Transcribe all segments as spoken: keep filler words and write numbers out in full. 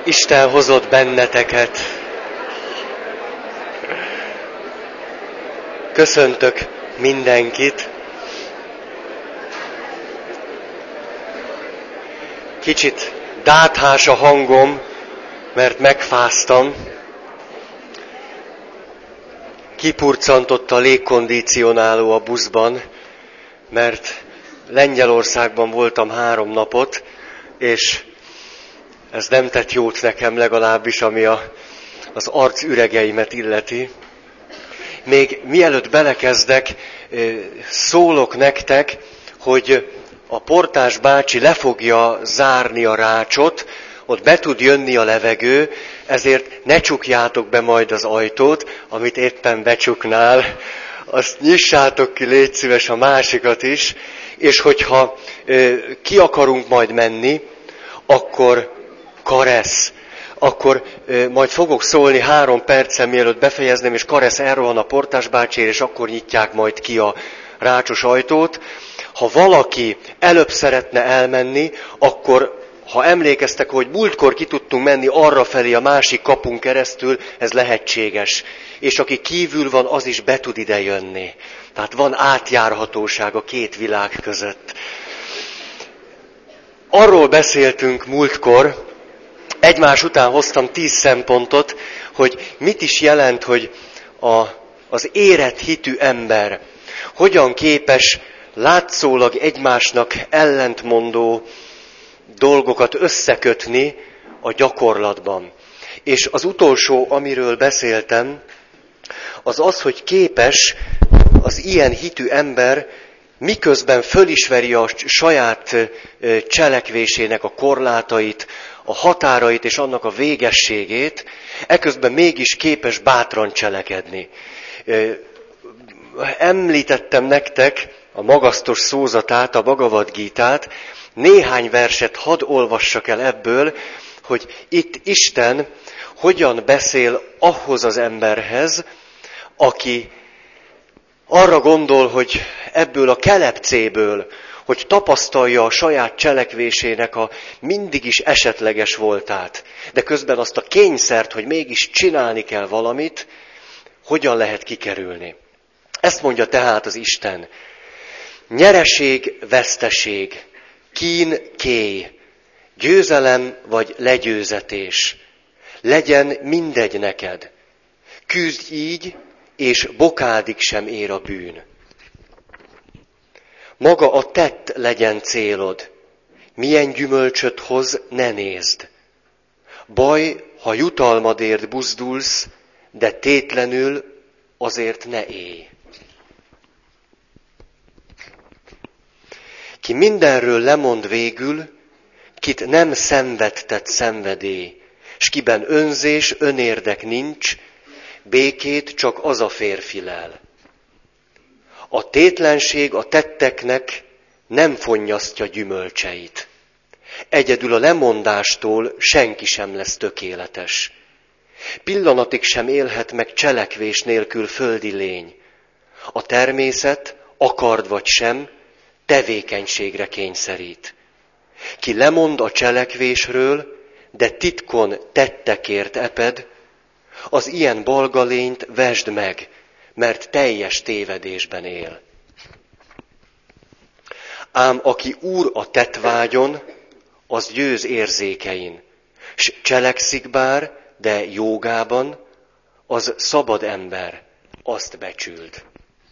Isten hozott benneteket. Köszöntök mindenkit. Kicsit dáthás a hangom, mert megfáztam. Kipurcantott a légkondicionáló a buszban, mert Lengyelországban voltam három napot, és ez nem tett jót nekem, legalábbis, ami a, az arc üregeimet illeti. Még mielőtt belekezdek, szólok nektek, hogy a portás bácsi le fogja zárni a rácsot, ott be tud jönni a levegő, ezért ne csukjátok be majd az ajtót, amit éppen becsuknál. Azt nyissátok ki, légy szíves, a másikat is, és hogyha ki akarunk majd menni, akkor karesz. Akkor ö, majd fogok szólni három percen, mielőtt befejezném, és karesz elrohan a portás bácsér, és akkor nyitják majd ki a rácsos ajtót. Ha valaki előbb szeretne elmenni, akkor, ha emlékeztek, hogy múltkor ki tudtunk menni arrafelé a másik kapun keresztül, ez lehetséges. És aki kívül van, az is be tud ide jönni. Tehát van átjárhatóság a két világ között. Arról beszéltünk múltkor, egymás után hoztam tíz szempontot, hogy mit is jelent, hogy a, az érett hitű ember hogyan képes látszólag egymásnak ellentmondó dolgokat összekötni a gyakorlatban. És az utolsó, amiről beszéltem, az az, hogy képes az ilyen hitű ember, miközben fölismeri a saját cselekvésének a korlátait, a határait és annak a végességét, eközben mégis képes bátran cselekedni. Említettem nektek a magasztos szózatát, a Bhagavad Gítát, néhány verset hadd olvassak el ebből, hogy itt Isten hogyan beszél ahhoz az emberhez, aki arra gondol, hogy ebből a kelepcéből, hogy tapasztalja a saját cselekvésének a mindig is esetleges voltát, de közben azt a kényszert, hogy mégis csinálni kell valamit, hogyan lehet kikerülni. Ezt mondja tehát az Isten. Nyereség, veszteség, kín, kéj, győzelem vagy legyőzetés. Legyen mindegy neked. Küzdj így, és bokádig sem ér a bűn. Maga a tett legyen célod, milyen gyümölcsöt hoz, ne nézd. Baj, ha jutalmadért buzdulsz, de tétlenül azért ne élj. Ki mindenről lemond végül, kit nem szenvedtet szenvedély, s kiben önzés, önérdek nincs, békét csak az a férfi lel. A tétlenség a tetteknek nem fonnyasztja gyümölcseit. Egyedül a lemondástól senki sem lesz tökéletes. Pillanatig sem élhet meg cselekvés nélkül földi lény. A természet, akard vagy sem, tevékenységre kényszerít. Ki lemond a cselekvésről, de titkon tettekért eped, az ilyen balgalényt vesd meg, mert teljes tévedésben él. Ám aki úr a tettvágyon, az győz érzékein, s cselekszik bár, de jógában, az szabad ember, azt becsüld.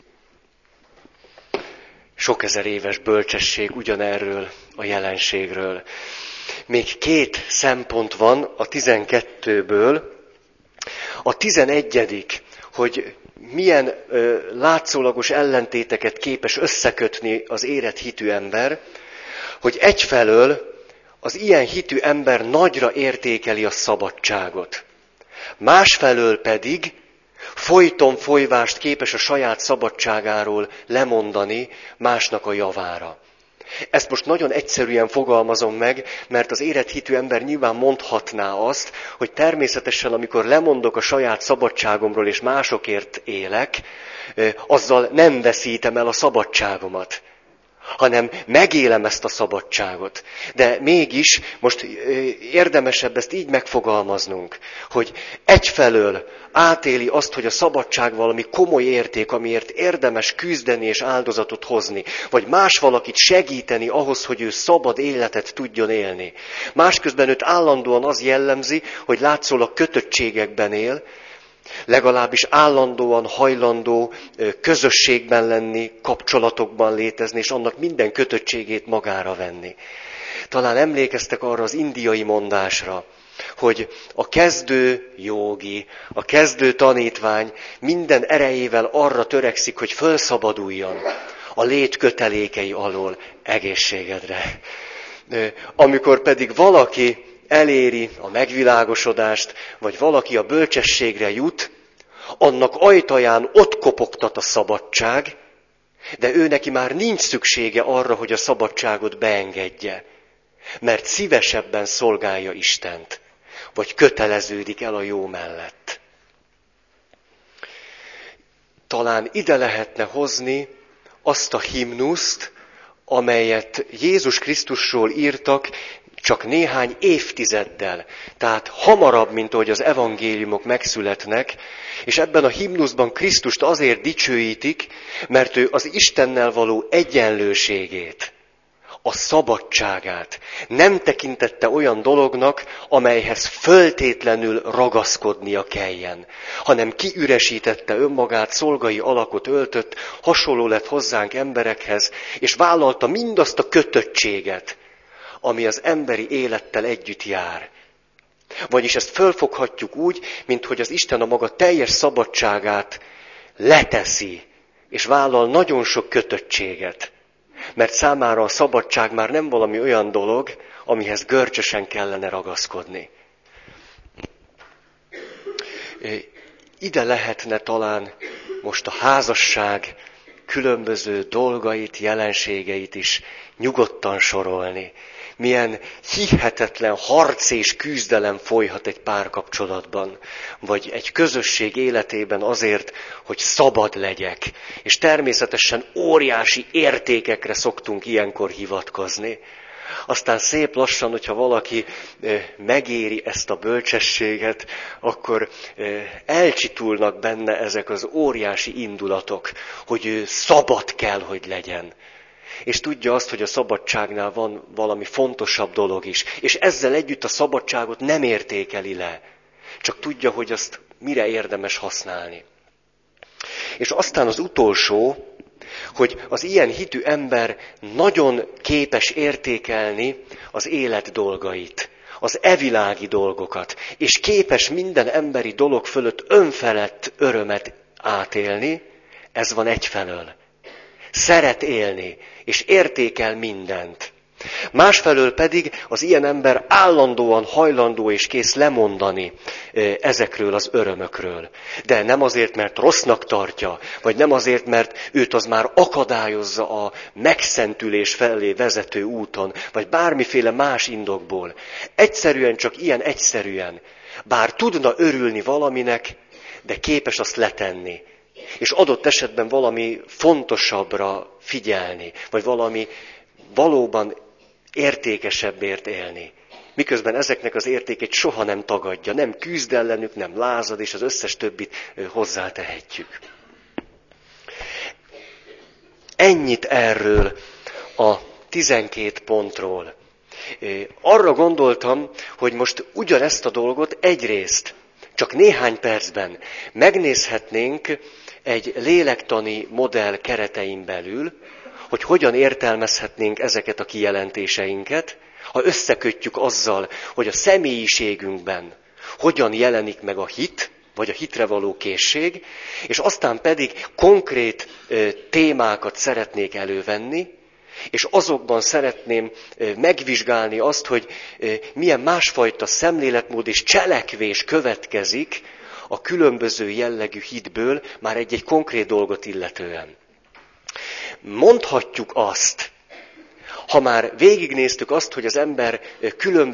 Sok ezer éves bölcsesség ugyanerről a jelenségről. Még két szempont van a tizenkettőből. A tizenegyedik, hogy milyen ö, látszólagos ellentéteket képes összekötni az érett hitű ember, hogy egyfelől az ilyen hitű ember nagyra értékeli a szabadságot. Másfelől pedig folyton folyvást képes a saját szabadságáról lemondani másnak a javára. Ezt most nagyon egyszerűen fogalmazom meg, mert az érett hitű ember nyilván mondhatná azt, hogy természetesen, amikor lemondok a saját szabadságomról és másokért élek, azzal nem veszítem el a szabadságomat. hanem megélem ezt a szabadságot. De mégis most érdemesebb ezt így megfogalmaznunk, hogy egyfelől átéli azt, hogy a szabadság valami komoly érték, amiért érdemes küzdeni és áldozatot hozni, vagy más valakit segíteni ahhoz, hogy ő szabad életet tudjon élni. Másközben őt állandóan az jellemzi, hogy látszólag kötöttségekben él, legalábbis állandóan hajlandó közösségben lenni, kapcsolatokban létezni, és annak minden kötöttségét magára venni. Talán emlékeztek arra az indiai mondásra, hogy a kezdő jógi, a kezdő tanítvány minden erejével arra törekszik, hogy fölszabaduljon a lét kötelékei alól egészségedre. Amikor pedig valaki eléri a megvilágosodást, vagy valaki a bölcsességre jut, annak ajtaján ott kopogtat a szabadság, de ő neki már nincs szüksége arra, hogy a szabadságot beengedje, mert szívesebben szolgálja Istent, vagy köteleződik el a jó mellett. Talán ide lehetne hozni azt a himnuszt, amelyet Jézus Krisztusról írtak, csak néhány évtizeddel, tehát hamarabb, mint ahogy az evangéliumok megszületnek, és ebben a himnuszban Krisztust azért dicsőítik, mert ő az Istennel való egyenlőségét, a szabadságát nem tekintette olyan dolognak, amelyhez föltétlenül ragaszkodnia kelljen, hanem kiüresítette önmagát, szolgai alakot öltött, hasonló lett hozzánk emberekhez, és vállalta mindazt a kötöttséget, ami az emberi élettel együtt jár. Vagyis ezt fölfoghatjuk úgy, mint hogy az Isten a maga teljes szabadságát leteszi, és vállal nagyon sok kötöttséget. Mert számára a szabadság már nem valami olyan dolog, amihez görcsösen kellene ragaszkodni. Ide lehetne talán most a házasság különböző dolgait, jelenségeit is nyugodtan sorolni. Milyen hihetetlen harc és küzdelem folyhat egy párkapcsolatban, vagy egy közösség életében azért, hogy szabad legyek. És természetesen óriási értékekre szoktunk ilyenkor hivatkozni. Aztán szép lassan, hogyha valaki megéri ezt a bölcsességet, akkor elcsitulnak benne ezek az óriási indulatok, hogy ő szabad kell, hogy legyen. És tudja azt, hogy a szabadságnál van valami fontosabb dolog is. És ezzel együtt a szabadságot nem értékeli le. Csak tudja, hogy azt mire érdemes használni. És aztán az utolsó, hogy az ilyen hitű ember nagyon képes értékelni az élet dolgait, az evilági dolgokat, és képes minden emberi dolog fölött önfelett örömet átélni, ez van egyfelől. Szeret élni, és értékel mindent. Másfelől pedig az ilyen ember állandóan hajlandó és kész lemondani ezekről az örömökről. De nem azért, mert rossznak tartja, vagy nem azért, mert őt az már akadályozza a megszentülés felé vezető úton, vagy bármiféle más indokból. Egyszerűen csak ilyen egyszerűen. Bár tudna örülni valaminek, de képes azt letenni. És adott esetben valami fontosabbra figyelni, vagy valami valóban értékesebbért élni. Miközben ezeknek az értékét soha nem tagadja, nem küzd ellenük, nem lázad, és az összes többit hozzátehetjük. Ennyit erről a tizenkét pontról. Arra gondoltam, hogy most ugyanezt a dolgot egyrészt, csak néhány percben megnézhetnénk egy lélektani modell keretein belül, hogy hogyan értelmezhetnénk ezeket a kijelentéseinket, ha összekötjük azzal, hogy a személyiségünkben hogyan jelenik meg a hit, vagy a hitre való készség, és aztán pedig konkrét témákat szeretnék elővenni, és azokban szeretném megvizsgálni azt, hogy milyen másfajta szemléletmód és cselekvés következik a különböző jellegű hitből, már egy-egy konkrét dolgot illetően. Mondhatjuk azt, ha már végignéztük azt, hogy az ember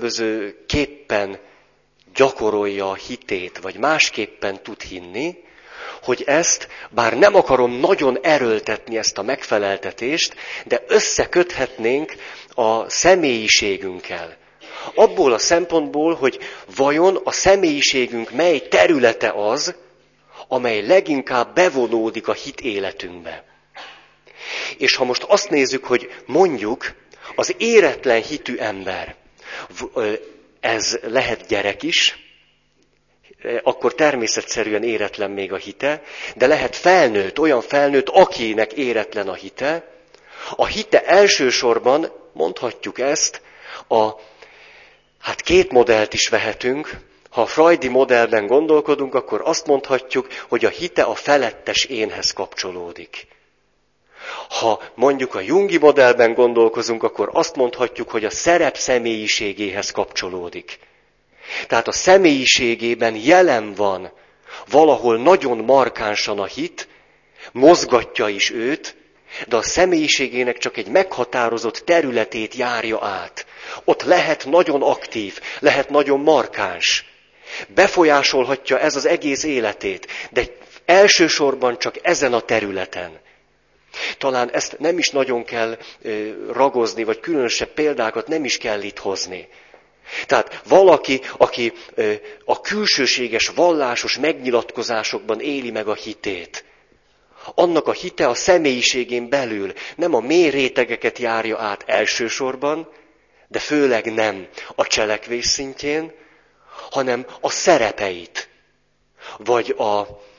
különbözőképpen gyakorolja a hitét, vagy másképpen tud hinni, hogy ezt, bár nem akarom nagyon erőltetni ezt a megfeleltetést, de összeköthetnénk a személyiségünkkel. Abból a szempontból, hogy vajon a személyiségünk mely területe az, amely leginkább bevonódik a hit életünkbe. És ha most azt nézzük, hogy mondjuk az éretlen hitű ember, ez lehet gyerek is, akkor természetszerűen éretlen még a hite, de lehet felnőtt, olyan felnőtt, akinek éretlen a hite. A hite elsősorban, mondhatjuk ezt, a, hát két modellt is vehetünk. Ha a freudi modellben gondolkodunk, akkor azt mondhatjuk, hogy a hite a felettes énhez kapcsolódik. Ha mondjuk a jungi modellben gondolkozunk, akkor azt mondhatjuk, hogy a szerep személyiségéhez kapcsolódik. Tehát a személyiségében jelen van valahol nagyon markánsan a hit, mozgatja is őt, de a személyiségének csak egy meghatározott területét járja át. Ott lehet nagyon aktív, lehet nagyon markáns. Befolyásolhatja ez az egész életét, de elsősorban csak ezen a területen. Talán ezt nem is nagyon kell ragozni, vagy különösebb példákat nem is kell itt hozni. Tehát valaki, aki a külsőséges, vallásos megnyilatkozásokban éli meg a hitét, annak a hite a személyiségén belül nem a mély rétegeket járja át elsősorban, de főleg nem a cselekvés szintjén, hanem a szerepeit, vagy a,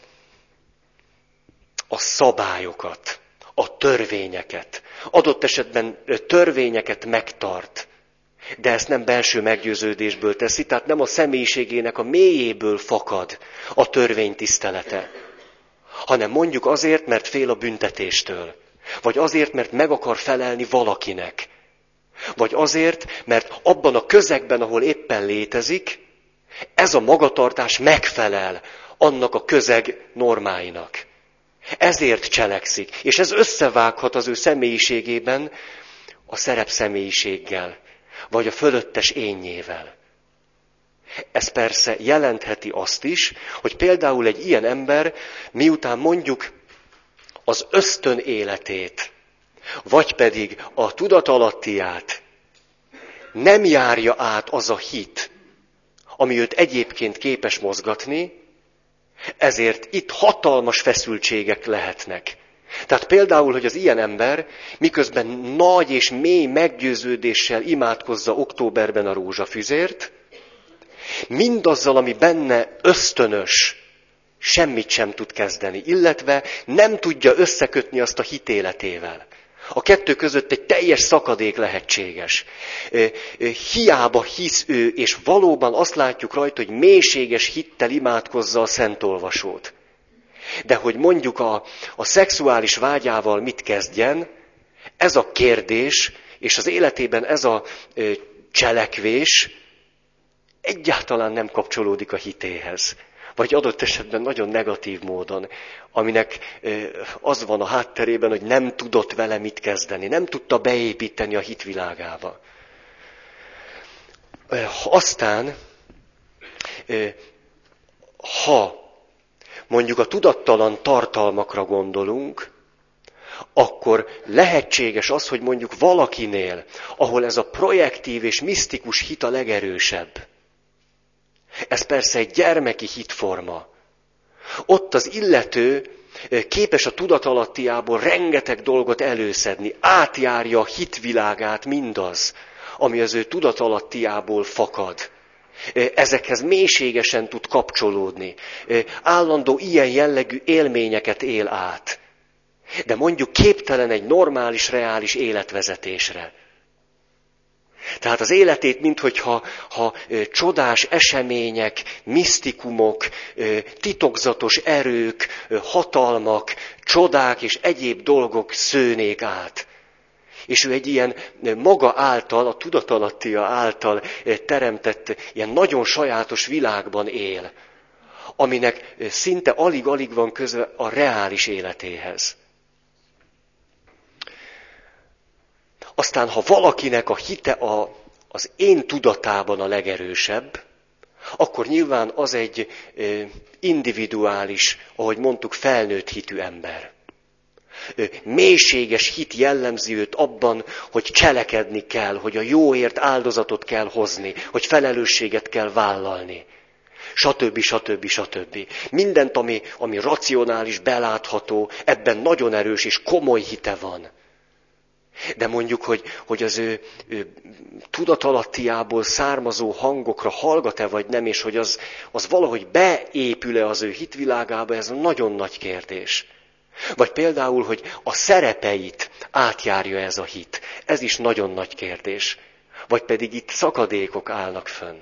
a szabályokat, a törvényeket. Adott esetben törvényeket megtart, de ezt nem belső meggyőződésből teszi, tehát nem a személyiségének a mélyéből fakad a törvény tisztelete, hanem mondjuk azért, mert fél a büntetéstől, vagy azért, mert meg akar felelni valakinek, vagy azért, mert abban a közegben, ahol éppen létezik, ez a magatartás megfelel annak a közeg normáinak. Ezért cselekszik, és ez összevághat az ő személyiségében a szerepszemélyiséggel, vagy a fölöttes énnyével. Ez persze jelentheti azt is, hogy például egy ilyen ember, miután mondjuk az ösztön életét, vagy pedig a tudatalattiát nem járja át az a hit, ami őt egyébként képes mozgatni, ezért itt hatalmas feszültségek lehetnek. Tehát például, hogy az ilyen ember miközben nagy és mély meggyőződéssel imádkozza októberben a rózsafüzért, mindazzal, ami benne ösztönös, semmit sem tud kezdeni, illetve nem tudja összekötni azt a hitéletével. A kettő között egy teljes szakadék lehetséges. Hiába hisz ő, és valóban azt látjuk rajta, hogy mélységes hittel imádkozza a szentolvasót. De hogy mondjuk a, a szexuális vágyával mit kezdjen, ez a kérdés, és az életében ez a ö, cselekvés egyáltalán nem kapcsolódik a hitéhez. Vagy adott esetben nagyon negatív módon, aminek ö, az van a hátterében, hogy nem tudott vele mit kezdeni, nem tudta beépíteni a hitvilágába. Ö, aztán, ö, ha mondjuk a tudattalan tartalmakra gondolunk, akkor lehetséges az, hogy mondjuk valakinél, ahol ez a projektív és misztikus hit a legerősebb, ez persze egy gyermeki hitforma, ott az illető képes a tudatalattiából rengeteg dolgot előszedni, átjárja a hitvilágát mindaz, ami az ő tudatalattiából fakad. Ezekhez mélységesen tud kapcsolódni. Állandó ilyen jellegű élményeket él át. De mondjuk képtelen egy normális, reális életvezetésre. Tehát az életét, minthogyha ha, csodás események, misztikumok, titokzatos erők, hatalmak, csodák és egyéb dolgok szőnék át. És ő egy ilyen maga által, a tudatalattia által teremtett ilyen nagyon sajátos világban él, aminek szinte alig-alig van köze a reális életéhez. Aztán, ha valakinek a hite a, az én tudatában a legerősebb, akkor nyilván az egy individuális, ahogy mondtuk, felnőtt hitű ember. Mélységes hit jellemzi őt abban, hogy cselekedni kell, hogy a jóért áldozatot kell hozni, hogy felelősséget kell vállalni. Stb. stb. stb. Mindent, ami, ami racionális, belátható, ebben nagyon erős és komoly hite van. De mondjuk, hogy, hogy az ő, ő tudatalattiából származó hangokra hallgat-e vagy nem, és hogy az, az valahogy beépül-e az ő hitvilágába, ez nagyon nagy kérdés. Vagy például, hogy a szerepeit átjárja ez a hit. Ez is nagyon nagy kérdés. Vagy pedig itt szakadékok állnak fönn.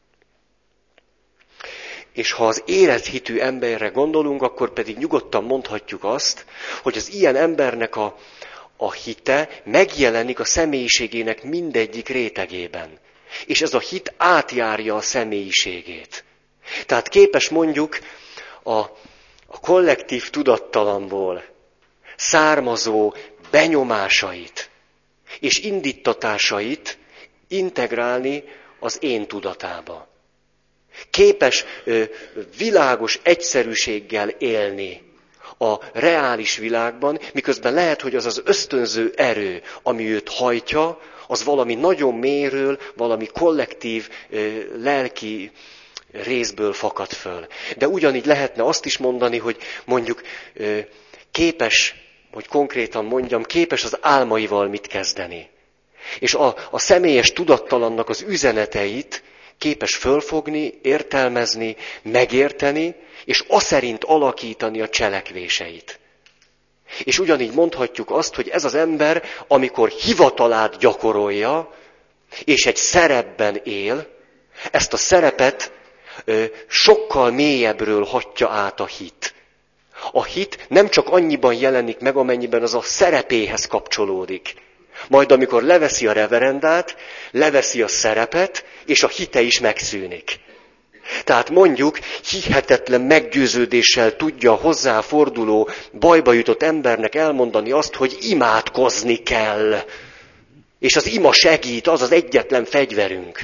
És ha az érett hitű emberre gondolunk, akkor pedig nyugodtan mondhatjuk azt, hogy az ilyen embernek a, a hite megjelenik a személyiségének mindegyik rétegében. És ez a hit átjárja a személyiségét. Tehát képes mondjuk a, a kollektív tudattalamból származó benyomásait és indítatásait integrálni az én tudatába. Képes ö, világos egyszerűséggel élni a reális világban, miközben lehet, hogy az az ösztönző erő, ami őt hajtja, az valami nagyon mélyről, valami kollektív, ö, lelki részből fakad föl. De ugyanígy lehetne azt is mondani, hogy mondjuk ö, képes, hogy konkrétan mondjam, képes az álmaival mit kezdeni. És a, a személyes tudattalannak az üzeneteit képes fölfogni, értelmezni, megérteni, és aszerint alakítani a cselekvéseit. És ugyanígy mondhatjuk azt, hogy ez az ember, amikor hivatalát gyakorolja, és egy szerepben él, ezt a szerepet ö, sokkal mélyebbről hatja át a hit. A hit nem csak annyiban jelenik meg, amennyiben az a szerepéhez kapcsolódik. Majd amikor leveszi a reverendát, leveszi a szerepet, és a hite is megszűnik. Tehát mondjuk hihetetlen meggyőződéssel tudja a hozzáforduló, bajba jutott embernek elmondani azt, hogy imádkozni kell. És az ima segít, az az egyetlen fegyverünk.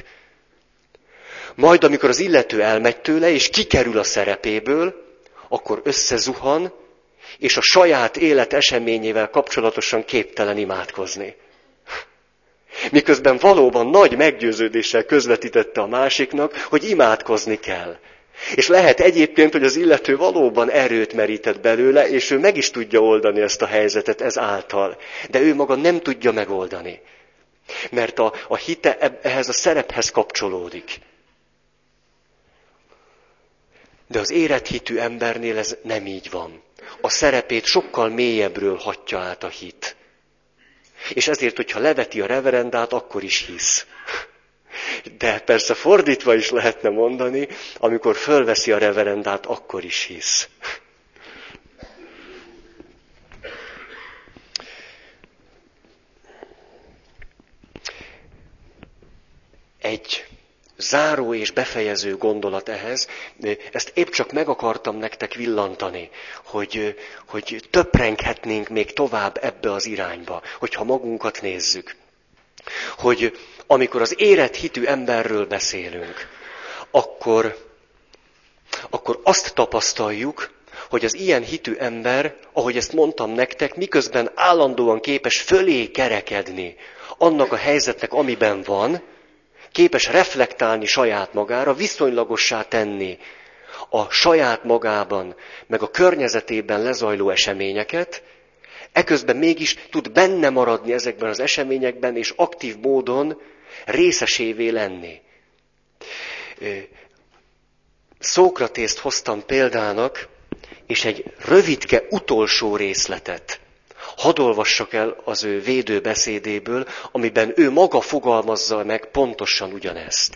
Majd amikor az illető elmegy tőle, és kikerül a szerepéből, akkor összezuhan, és a saját élet eseményével kapcsolatosan képtelen imádkozni. Miközben valóban nagy meggyőződéssel közvetítette a másiknak, hogy imádkozni kell. És lehet egyébként, hogy az illető valóban erőt merített belőle, és ő meg is tudja oldani ezt a helyzetet ezáltal. De ő maga nem tudja megoldani. Mert a, a hite ehhez a szerephez kapcsolódik. De az érett hitű embernél ez nem így van. A szerepét sokkal mélyebbről hatja át a hit. És ezért, hogyha leveti a reverendát, akkor is hisz. De persze fordítva is lehetne mondani, amikor fölveszi a reverendát, akkor is hisz. Egy záró és befejező gondolat ehhez, ezt épp csak meg akartam nektek villantani, hogy, hogy töprenghetnénk még tovább ebbe az irányba, hogyha magunkat nézzük. Hogy amikor az érett hitű emberről beszélünk, akkor, akkor azt tapasztaljuk, hogy az ilyen hitű ember, ahogy ezt mondtam nektek, miközben állandóan képes fölé kerekedni annak a helyzetnek, amiben van, képes reflektálni saját magára, viszonylagossá tenni a saját magában, meg a környezetében lezajló eseményeket, eközben mégis tud benne maradni ezekben az eseményekben, és aktív módon részesévé lenni. Szókratészt hoztam példának, és egy rövidke utolsó részletet hadd olvassak el az ő védőbeszédéből, amiben ő maga fogalmazza meg pontosan ugyanezt.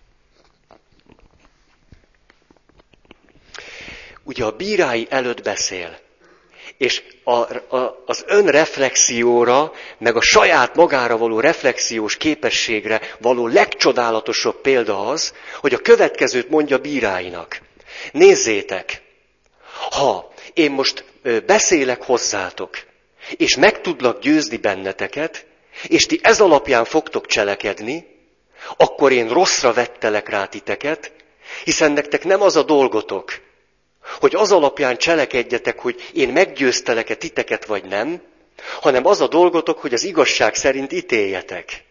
Ugye a bírái előtt beszél, és a, a, az önreflexióra, meg a saját magára való reflexiós képességre való legcsodálatosabb példa az, hogy a következőt mondja bíráinak. Nézzétek, ha én most beszélek hozzátok, és meg tudlak győzni benneteket, és ti ez alapján fogtok cselekedni, akkor én rosszra vettelek rá titeket, Hiszen nektek nem az a dolgotok, hogy az alapján cselekedjetek, hogy én meggyőztelek-e titeket vagy nem, hanem az a dolgotok, hogy az igazság szerint ítéljetek.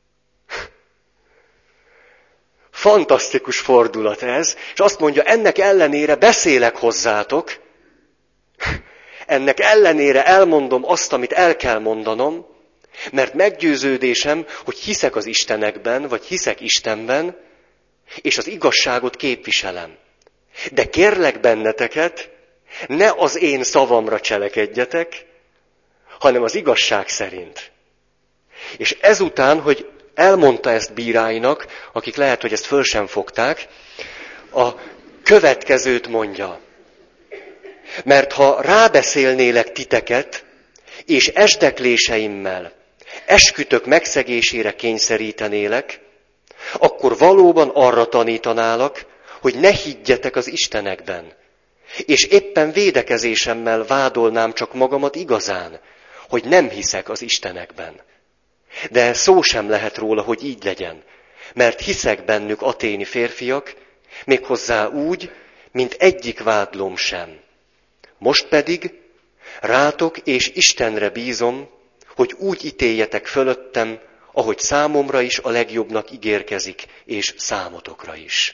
Fantasztikus fordulat ez, és azt mondja, ennek ellenére beszélek hozzátok, ennek ellenére elmondom azt, amit el kell mondanom, mert meggyőződésem, hogy hiszek az Istenekben, vagy hiszek Istenben, és az igazságot képviselem. De kérlek benneteket, ne az én szavamra cselekedjetek, hanem az igazság szerint. És ezután, hogy elmondta ezt bíráinak, akik lehet, hogy ezt föl sem fogták, a következőt mondja. Mert ha rábeszélnélek titeket, és esdekléseimmel eskütök megszegésére kényszerítenélek, akkor valóban arra tanítanálak, hogy ne higgyetek az Istenekben. És éppen védekezésemmel vádolnám csak magamat igazán, hogy nem hiszek az Istenekben. De szó sem lehet róla, hogy így legyen, mert hiszek bennük aténi férfiak, méghozzá úgy, mint egyik vádlóm sem. Most pedig rátok és Istenre bízom, hogy úgy ítéljetek fölöttem, ahogy számomra is a legjobbnak ígérkezik, és számotokra is.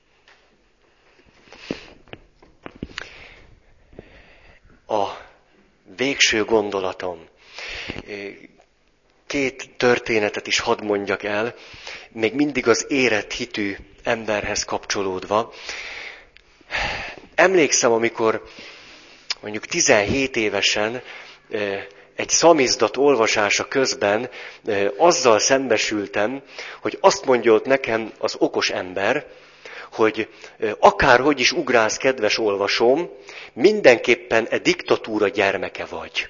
A végső gondolatom. Két történetet is hadd mondjak el, még mindig az érett hitű emberhez kapcsolódva. Emlékszem, amikor mondjuk tizenhét évesen egy szamizdat olvasása közben azzal szembesültem, hogy azt mondja ott nekem az okos ember, hogy akárhogy is ugrálsz, kedves olvasóm, mindenképpen e diktatúra gyermeke vagy.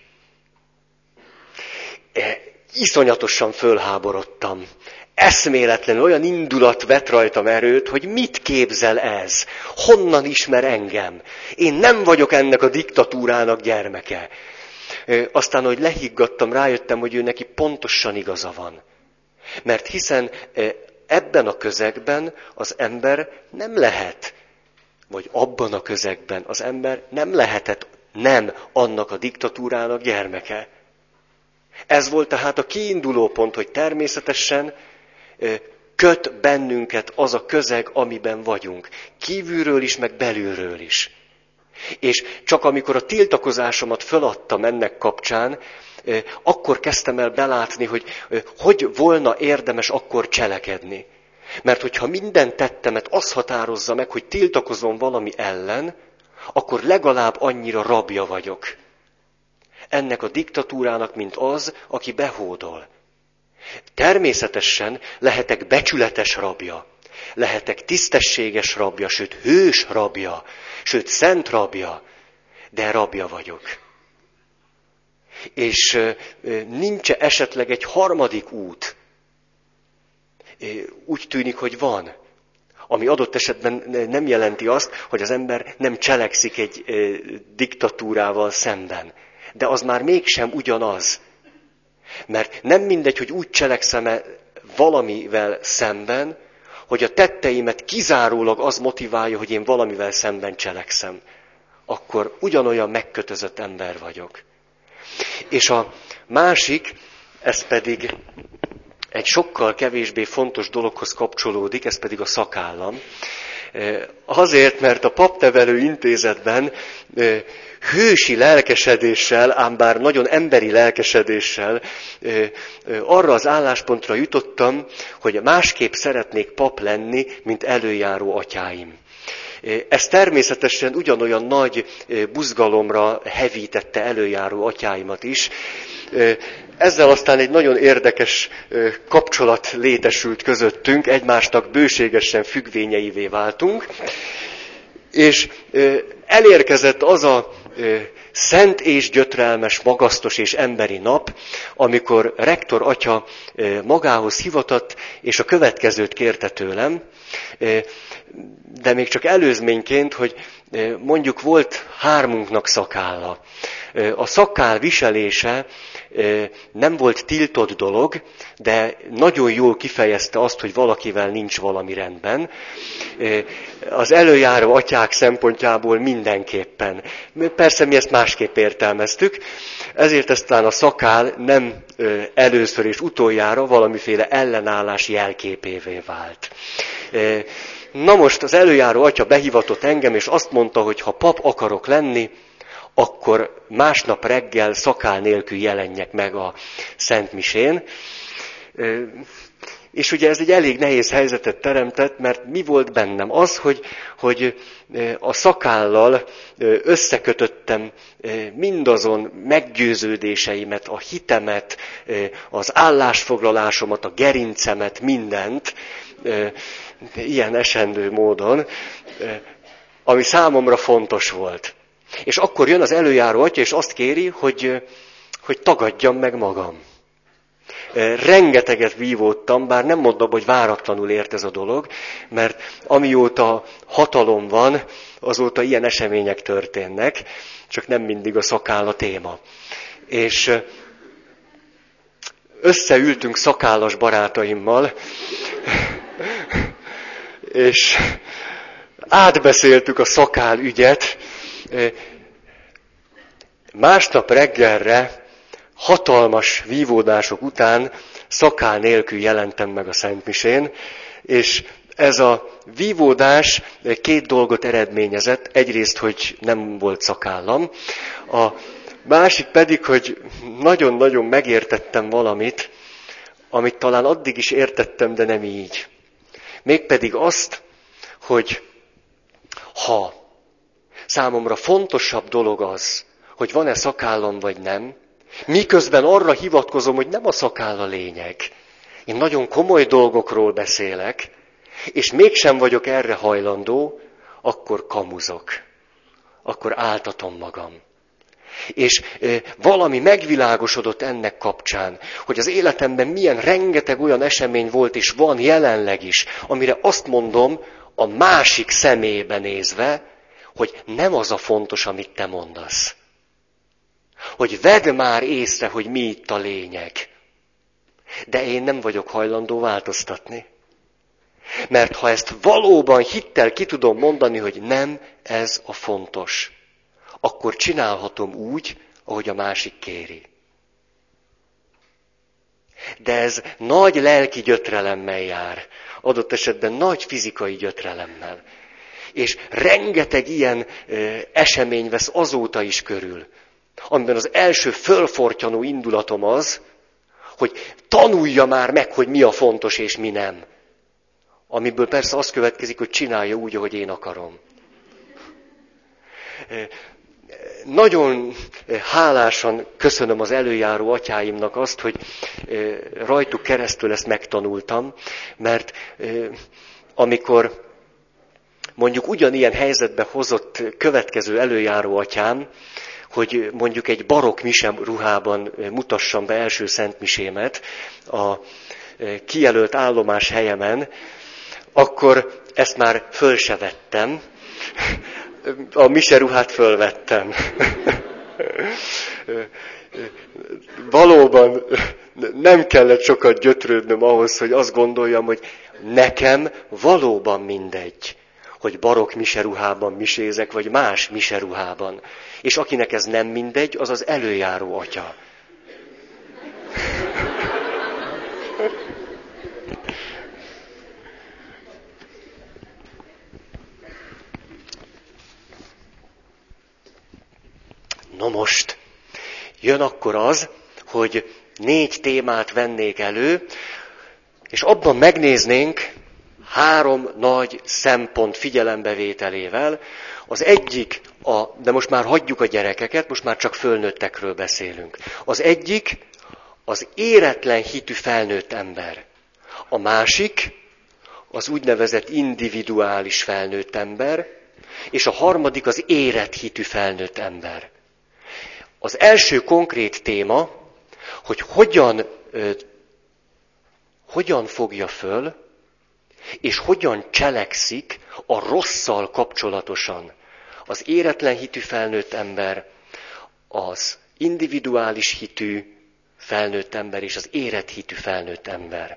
Iszonyatosan fölháborodtam. Eszméletlenül olyan indulat vett rajtam erőt, hogy mit képzel ez? Honnan ismer engem? Én nem vagyok ennek a diktatúrának gyermeke. Aztán, hogy lehiggadtam, rájöttem, hogy ő neki pontosan igaza van. Mert hiszen ebben a közegben az ember nem lehet, vagy abban a közegben az ember nem lehetett nem annak a diktatúrának gyermeke. Ez volt tehát a kiinduló pont, hogy természetesen köt bennünket az a közeg, amiben vagyunk. Kívülről is, meg belülről is. És csak amikor a tiltakozásomat föladtam ennek kapcsán, akkor kezdtem el belátni, hogy hogy volna érdemes akkor cselekedni. Mert hogyha minden tettemet az határozza meg, hogy tiltakozom valami ellen, akkor legalább annyira rabja vagyok. Ennek a diktatúrának, mint az, aki behódol. Természetesen lehetek becsületes rabja, lehetek tisztességes rabja, sőt hős rabja, sőt szent rabja, de rabja vagyok. És nincs esetleg egy harmadik út? Úgy tűnik, hogy van. Ami adott esetben nem jelenti azt, hogy az ember nem cselekszik egy diktatúrával szemben. De az már mégsem ugyanaz. Mert nem mindegy, hogy úgy cselekszem-e valamivel szemben, hogy a tetteimet kizárólag az motiválja, hogy én valamivel szemben cselekszem. Akkor ugyanolyan megkötözött ember vagyok. És a másik, ez pedig egy sokkal kevésbé fontos dologhoz kapcsolódik, ez pedig a szakállam. Azért, mert a papnevelő intézetben hősi lelkesedéssel, ám bár nagyon emberi lelkesedéssel arra az álláspontra jutottam, hogy másképp szeretnék pap lenni, mint előjáró atyáim. Ez természetesen ugyanolyan nagy buzgalomra hevítette előjáró atyáimat is. Ezzel aztán egy nagyon érdekes kapcsolat létesült közöttünk, egymásnak bőségesen függvényeivé váltunk, és elérkezett az a szent és gyötrelmes, magasztos és emberi nap, amikor rektor atya magához hivatott, és a következőt kérte tőlem, de még csak előzményként, hogy mondjuk volt hármunknak szakálla. A szakál viselése nem volt tiltott dolog, de nagyon jól kifejezte azt, hogy valakivel nincs valami rendben. Az előjáró atyák szempontjából mindenképpen. Persze mi ezt másképp értelmeztük, ezért aztán a szakál nem először és utoljára valamiféle ellenállás jelképévé vált. Na most az előjáró atya behivatott engem, és azt mondta, hogy ha pap akarok lenni, akkor másnap reggel szakál nélkül jelenjek meg a Szentmisén. És ugye ez egy elég nehéz helyzetet teremtett, mert mi volt bennem? Az, hogy, hogy a szakállal összekötöttem mindazon meggyőződéseimet, a hitemet, az állásfoglalásomat, a gerincemet, mindent, ilyen esendő módon, ami számomra fontos volt. És akkor jön az előjáró atya, és azt kéri, hogy, hogy tagadjam meg magam. Rengeteget vívódtam, bár nem mondom, hogy váratlanul ért ez a dolog, mert amióta hatalom van, azóta ilyen események történnek, csak nem mindig a szakáll a téma. És összeültünk szakállas barátaimmal, és átbeszéltük a szakál ügyet. Másnap reggelre hatalmas vívódások után szakál nélkül jelentem meg a Szentmisén, és ez a vívódás két dolgot eredményezett. Egyrészt, hogy nem volt szakállam, a másik pedig, hogy nagyon-nagyon megértettem valamit, amit talán addig is értettem, de nem így. Mégpedig azt, hogy ha számomra fontosabb dolog az, hogy van-e szakállam vagy nem, miközben arra hivatkozom, hogy nem a szakáll a lényeg. Én nagyon komoly dolgokról beszélek, és mégsem vagyok erre hajlandó, akkor kamuzok. Akkor áltatom magam. És e, valami megvilágosodott ennek kapcsán, hogy az életemben milyen rengeteg olyan esemény volt, és van jelenleg is, amire azt mondom, a másik szemébe nézve, hogy nem az a fontos, amit te mondasz. Hogy vedd már észre, hogy mi itt a lényeg. De én nem vagyok hajlandó változtatni. Mert ha ezt valóban hittel ki tudom mondani, hogy nem ez a fontos, akkor csinálhatom úgy, ahogy a másik kéri. De ez nagy lelki gyötrelemmel jár, adott esetben nagy fizikai gyötrelemmel. És rengeteg ilyen ö, esemény vesz azóta is körül, amiben az első fölfortyanó indulatom az, hogy tanulja már meg, hogy mi a fontos és mi nem. Amiből persze az következik, hogy csinálja úgy, ahogy én akarom. Nagyon hálásan köszönöm az előjáró atyáimnak azt, hogy rajtuk keresztül ezt megtanultam, mert amikor mondjuk ugyanilyen helyzetbe hozott következő előjáró atyám, hogy mondjuk egy barokk mise ruhában mutassam be első szentmisémet a kijelölt állomás helyemen, akkor ezt már föl se vettem, a mise ruhát fölvettem. Valóban nem kellett sokat gyötrődnöm ahhoz, hogy azt gondoljam, hogy nekem valóban mindegy, hogy barokk miseruhában misézek, vagy más miseruhában. És akinek ez nem mindegy, az az előjáró atya. No most, jön akkor az, hogy négy témát vennék elő, és abban megnéznénk három nagy szempont figyelembevételével. Az egyik, a, de most már hagyjuk a gyerekeket, most már csak fölnőttekről beszélünk. Az egyik az éretlen hitű felnőtt ember. A másik az úgynevezett individuális felnőtt ember, és a harmadik az érett hitű felnőtt ember. Az első konkrét téma, hogy hogyan, ö, hogyan fogja föl, és hogyan cselekszik a rosszal kapcsolatosan az éretlen hitű felnőtt ember, az individuális hitű, felnőtt ember és az érett hitű felnőtt ember.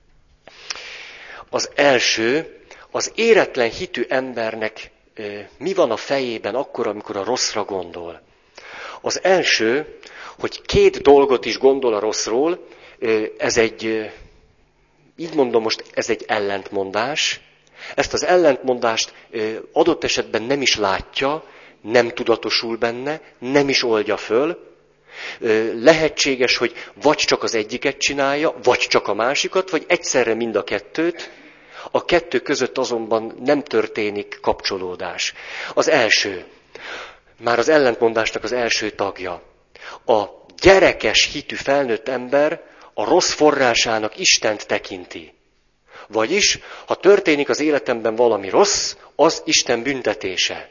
Az első, az éretlen hitű embernek mi van a fejében akkor, amikor a rosszra gondol. Az első, hogy két dolgot is gondol a rosszról, ez egy, így mondom most, ez egy ellentmondás. Ezt az ellentmondást adott esetben nem is látja, nem tudatosul benne, nem is oldja föl. Lehetséges, hogy vagy csak az egyiket csinálja, vagy csak a másikat, vagy egyszerre mind a kettőt. A kettő között azonban nem történik kapcsolódás. Az első, már az ellentmondásnak az első tagja. A gyerekes hitű felnőtt ember a rossz forrásának Istent tekinti. Vagyis, ha történik az életemben valami rossz, az Isten büntetése.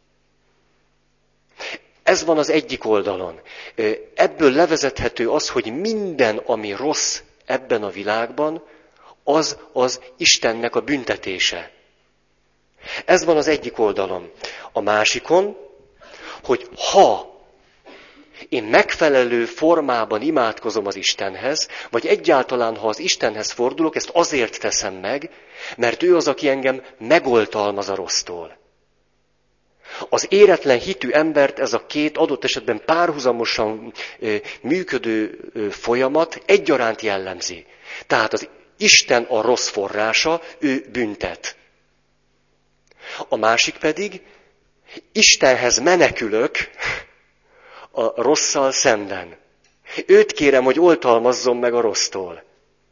Ez van az egyik oldalon. Ebből levezethető az, hogy minden, ami rossz ebben a világban, az az Istennek a büntetése. Ez van az egyik oldalon. A másikon, hogy ha én megfelelő formában imádkozom az Istenhez, vagy egyáltalán, ha az Istenhez fordulok, ezt azért teszem meg, mert ő az, aki engem megoltalmaz a rossztól. Az éretlen hitű embert ez a két adott esetben párhuzamosan működő folyamat egyaránt jellemzi. Tehát az Isten a rossz forrása, ő büntet. A másik pedig, Istenhez menekülök a rosszal szemben. Őt kérem, hogy oltalmazzon meg a rossztól.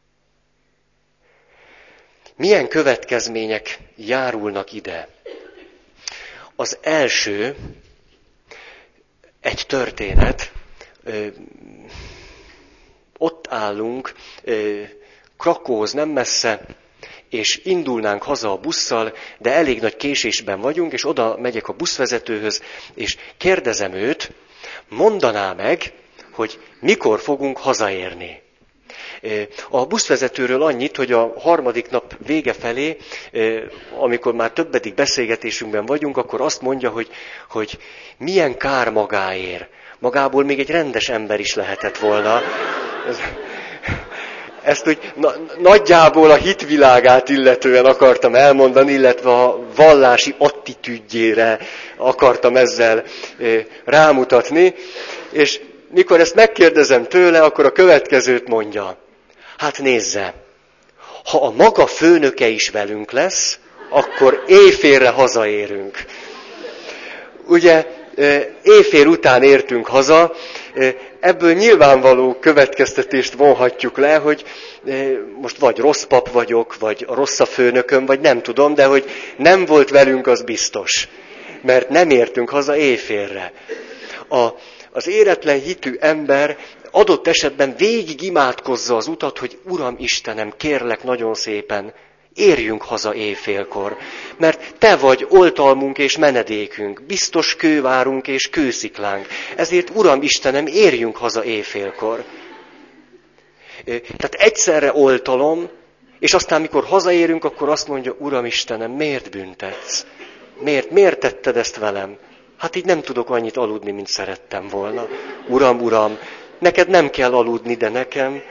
Milyen következmények járulnak ide? Az első, egy történet, ott állunk, Krakóhoz nem messze, és indulnánk haza a busszal, de elég nagy késésben vagyunk, és oda megyek a buszvezetőhöz, és kérdezem őt, mondaná meg, hogy mikor fogunk hazaérni. A buszvezetőről annyit, hogy a harmadik nap vége felé, amikor már többedik beszélgetésünkben vagyunk, akkor azt mondja, hogy, hogy milyen kár magáért. Magából még egy rendes ember is lehetett volna. Ezt úgy na, nagyjából a hitvilágát illetően akartam elmondani, illetve a vallási attitűdjére akartam ezzel rámutatni. És mikor ezt megkérdezem tőle, akkor a következőt mondja. Hát nézze, ha a maga főnöke is velünk lesz, akkor éjfélre hazaérünk. Ugye éjfél után értünk haza, ebből nyilvánvaló következtetést vonhatjuk le, hogy most vagy rossz pap vagyok, vagy rossz a főnököm, vagy nem tudom, de hogy nem volt velünk, az biztos. Mert nem értünk haza éjfélre. A, az éretlen hitű ember adott esetben végig imádkozza az utat, hogy Uram Istenem, kérlek nagyon szépen, érjünk haza éjfélkor, mert te vagy oltalmunk és menedékünk, biztos kővárunk és kősziklánk. Ezért, Uram Istenem, érjünk haza éjfélkor. Tehát egyszerre oltalom, és aztán, mikor hazaérünk, akkor azt mondja, Uram Istenem, miért büntetsz? Miért, miért tetted ezt velem? Hát így nem tudok annyit aludni, mint szerettem volna. Uram, Uram, neked nem kell aludni, de nekem...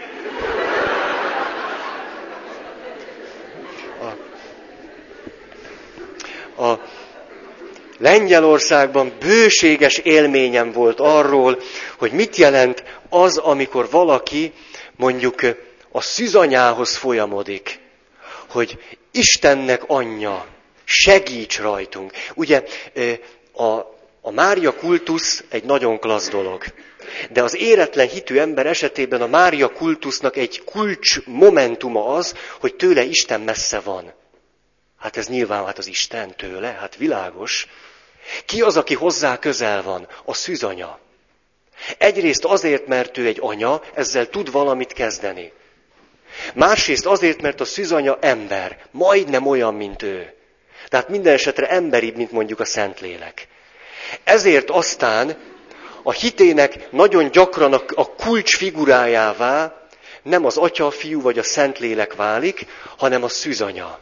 A Lengyelországban bőséges élményem volt arról, hogy mit jelent az, amikor valaki mondjuk a szűzanyához folyamodik, hogy Istennek anyja, segíts rajtunk. Ugye a, a Mária kultusz egy nagyon klassz dolog. De az éretlen hitű ember esetében a Mária kultusznak egy kulcs momentuma az, hogy tőle Isten messze van. Hát ez nyilván hát az Isten tőle, hát világos. Ki az, aki hozzá közel van? A szűzanya. Egyrészt azért, mert ő egy anya, ezzel tud valamit kezdeni. Másrészt azért, mert a szűzanya ember, majdnem olyan, mint ő. Tehát minden esetre emberibb, mint mondjuk a Szentlélek. Ezért aztán a hitének nagyon gyakran a, a kulcs figurájává nem az Atya, a Fiú vagy a Szentlélek válik, hanem a szűzanya.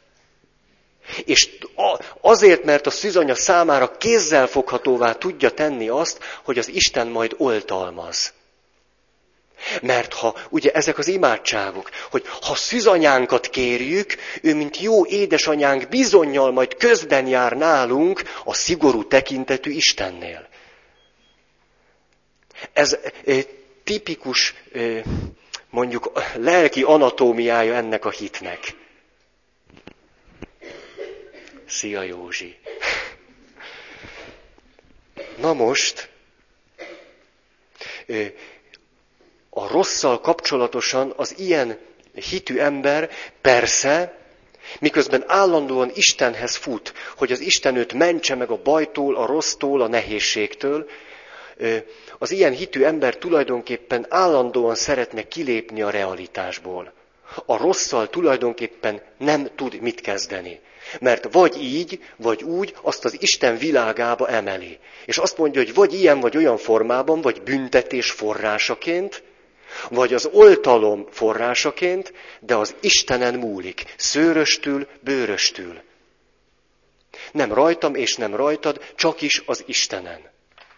És azért, mert a szűzanya számára kézzelfoghatóvá tudja tenni azt, hogy az Isten majd oltalmaz. Mert ha, ugye ezek az imádságok, hogy ha szűzanyánkat kérjük, ő, mint jó édesanyánk bizonnyal majd közben jár nálunk a szigorú tekintetű Istennél. Ez e, tipikus, e, mondjuk lelki anatómiája ennek a hitnek. Szia Józsi! Na most, e, a rosszal kapcsolatosan az ilyen hitű ember persze, miközben állandóan Istenhez fut, hogy az Isten őt mentse meg a bajtól, a rossztól, a nehézségtől, az ilyen hitű ember tulajdonképpen állandóan szeretne kilépni a realitásból. A rosszal tulajdonképpen nem tud mit kezdeni. Mert vagy így, vagy úgy azt az Isten világába emeli. És azt mondja, hogy vagy ilyen, vagy olyan formában, vagy büntetés forrásaként, vagy az oltalom forrásaként, de az Istenen múlik, szőröstül, bőröstül. Nem rajtam és nem rajtad, csak is az Istenen.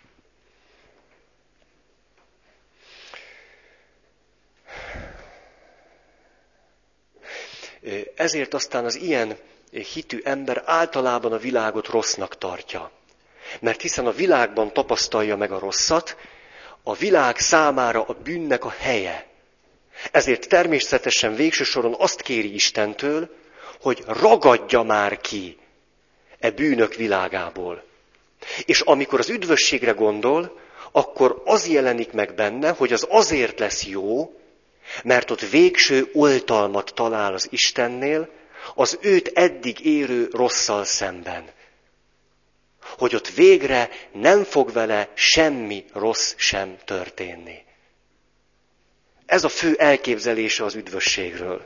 Ezért aztán az ilyen hitű ember általában a világot rossznak tartja. Mert hiszen a világban tapasztalja meg a rosszat, a világ számára a bűnnek a helye. Ezért természetesen végső soron azt kéri Istentől, hogy ragadja már ki e bűnök világából. És amikor az üdvösségre gondol, akkor az jelenik meg benne, hogy az azért lesz jó, mert ott végső oltalmat talál az Istennél, az őt eddig érő rosszal szemben. Hogy ott végre nem fog vele semmi rossz sem történni. Ez a fő elképzelése az üdvösségről.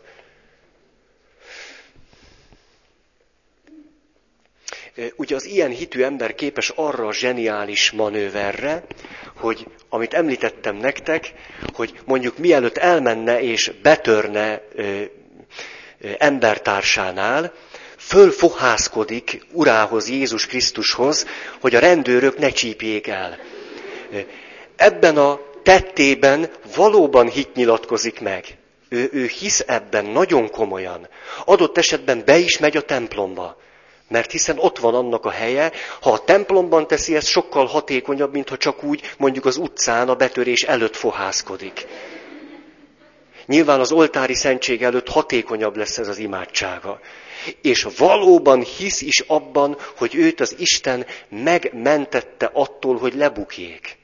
Ugye az ilyen hitű ember képes arra a zseniális manőverre, hogy amit említettem nektek, hogy mondjuk mielőtt elmenne és betörne ö, ö, embertársánál, fölfohászkodik urához, Jézus Krisztushoz, hogy a rendőrök ne csípjék el. Ebben a tettében valóban hit nyilatkozik meg. Ő, ő hisz ebben nagyon komolyan. Adott esetben be is megy a templomba. Mert hiszen ott van annak a helye, ha a templomban teszi, ez sokkal hatékonyabb, mint ha csak úgy mondjuk az utcán a betörés előtt fohászkodik. Nyilván az oltári szentség előtt hatékonyabb lesz ez az imádsága. És valóban hisz is abban, hogy őt az Isten megmentette attól, hogy lebukjék.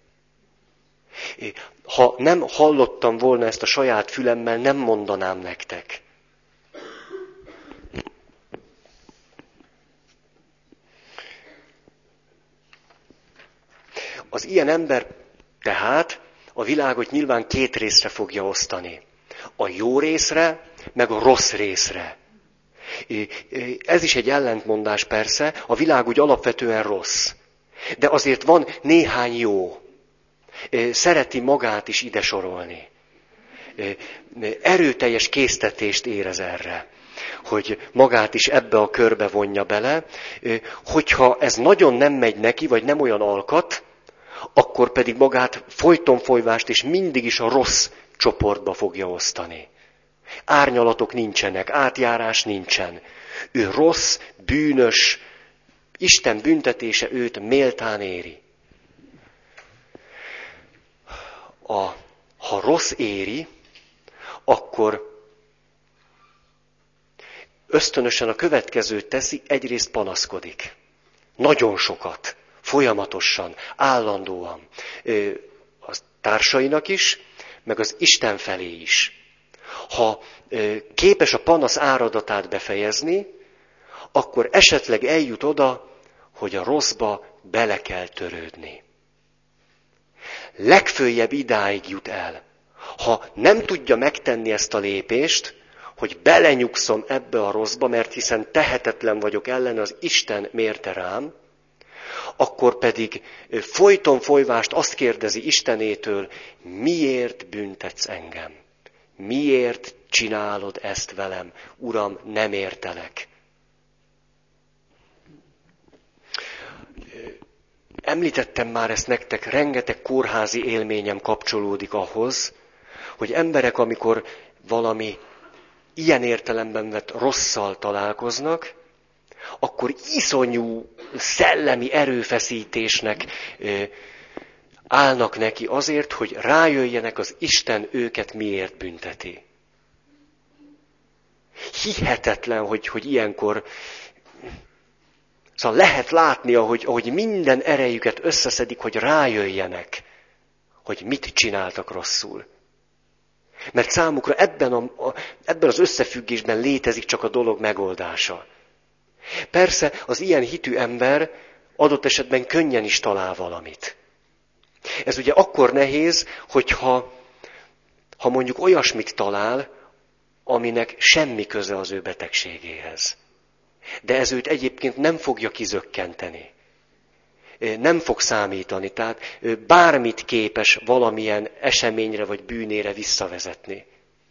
Ha nem hallottam volna ezt a saját fülemmel, nem mondanám nektek. Az ilyen ember tehát a világot nyilván két részre fogja osztani. A jó részre, meg a rossz részre. Ez is egy ellentmondás persze, a világ úgy alapvetően rossz. De azért van néhány jó. Szereti magát is ide sorolni. Erőteljes késztetést érez erre, hogy magát is ebbe a körbe vonja bele. Hogyha ez nagyon nem megy neki, vagy nem olyan alkat, akkor pedig magát folyton folyvást és mindig is a rossz csoportba fogja osztani. Árnyalatok nincsenek, átjárás nincsen. Ő rossz, bűnös, Isten büntetése őt méltán éri. A, ha rossz éri, akkor ösztönösen a következőt teszi, egyrészt panaszkodik. Nagyon sokat, folyamatosan, állandóan. A társainak is, meg az Isten felé is. Ha képes a panasz áradatát befejezni, akkor esetleg eljut oda, hogy a rosszba bele kell törődni. Legföljebb idáig jut el. Ha nem tudja megtenni ezt a lépést, hogy belenyugszom ebbe a rosszba, mert hiszen tehetetlen vagyok ellen, az Isten mérte rám, akkor pedig folyton folyvást azt kérdezi Istenétől, miért büntetsz engem? Miért csinálod ezt velem? Uram, nem értelek. Említettem már ezt nektek, rengeteg kórházi élményem kapcsolódik ahhoz, hogy emberek, amikor valami ilyen értelemben vett rosszal találkoznak, akkor iszonyú szellemi erőfeszítésnek állnak neki azért, hogy rájöjjenek, az Isten őket miért bünteti. Hihetetlen, hogy, hogy ilyenkor, szóval lehet látni, ahogy, ahogy minden erejüket összeszedik, hogy rájöjjenek, hogy mit csináltak rosszul. Mert számukra ebben, a, a, ebben az összefüggésben létezik csak a dolog megoldása. Persze az ilyen hitű ember adott esetben könnyen is talál valamit. Ez ugye akkor nehéz, hogyha ha mondjuk olyasmit talál, aminek semmi köze az ő betegségéhez. De ez őt egyébként nem fogja kizökkenteni. Nem fog számítani, tehát bármit képes valamilyen eseményre vagy bűnére visszavezetni.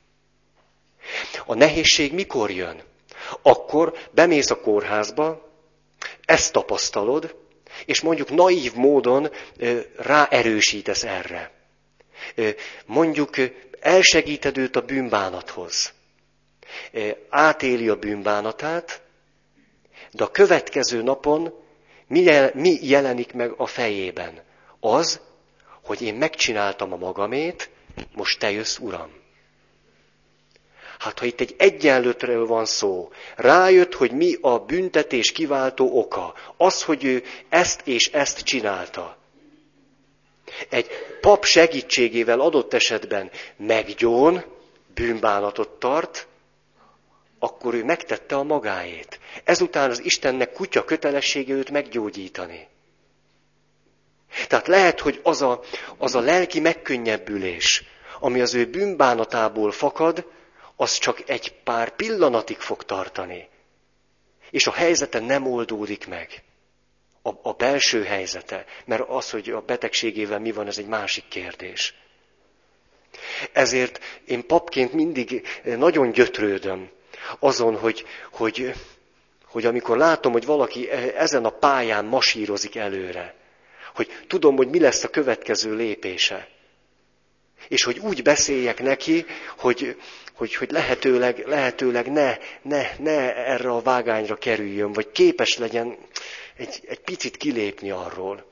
A nehézség mikor jön? Akkor bemész a kórházba, ezt tapasztalod, és mondjuk naív módon ráerősítesz erre. Mondjuk elsegíted őt a bűnbánathoz. Átéli a bűnbánatát, de a következő napon mi jelenik meg a fejében? Az, hogy én megcsináltam a magamét, most te jössz, Uram. Hát, ha itt egy egyenlőtről van szó, rájött, hogy mi a büntetés kiváltó oka. Az, hogy ő ezt és ezt csinálta. Egy pap segítségével adott esetben meggyón, bűnbánatot tart, akkor ő megtette a magáét. Ezután az Istennek kutya kötelessége őt meggyógyítani. Tehát lehet, hogy az a, az a lelki megkönnyebbülés, ami az ő bűnbánatából fakad, az csak egy pár pillanatig fog tartani. És a helyzete nem oldódik meg. A, a belső helyzete. Mert az, hogy a betegségével mi van, ez egy másik kérdés. Ezért én papként mindig nagyon gyötrődöm azon, hogy, hogy, hogy amikor látom, hogy valaki ezen a pályán masírozik előre, hogy tudom, hogy mi lesz a következő lépése. És hogy úgy beszéljek neki, hogy, hogy, hogy lehetőleg, lehetőleg ne, ne, ne erre a vágányra kerüljön, vagy képes legyen egy, egy picit kilépni arról.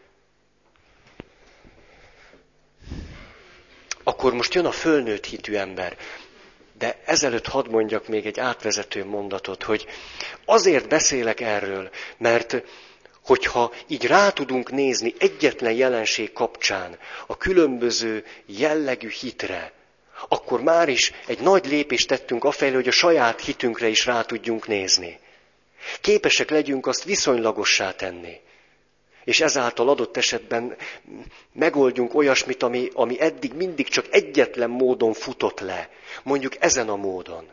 Akkor most jön a fölnőtt hitű ember. De ezelőtt hadd mondjak még egy átvezető mondatot, hogy azért beszélek erről, mert hogyha így rá tudunk nézni egyetlen jelenség kapcsán a különböző jellegű hitre, akkor már is egy nagy lépést tettünk afelé, hogy a saját hitünkre is rá tudjunk nézni. Képesek legyünk azt viszonylagossá tenni. És ezáltal adott esetben megoldjunk olyasmit, ami, ami eddig mindig csak egyetlen módon futott le. Mondjuk ezen a módon.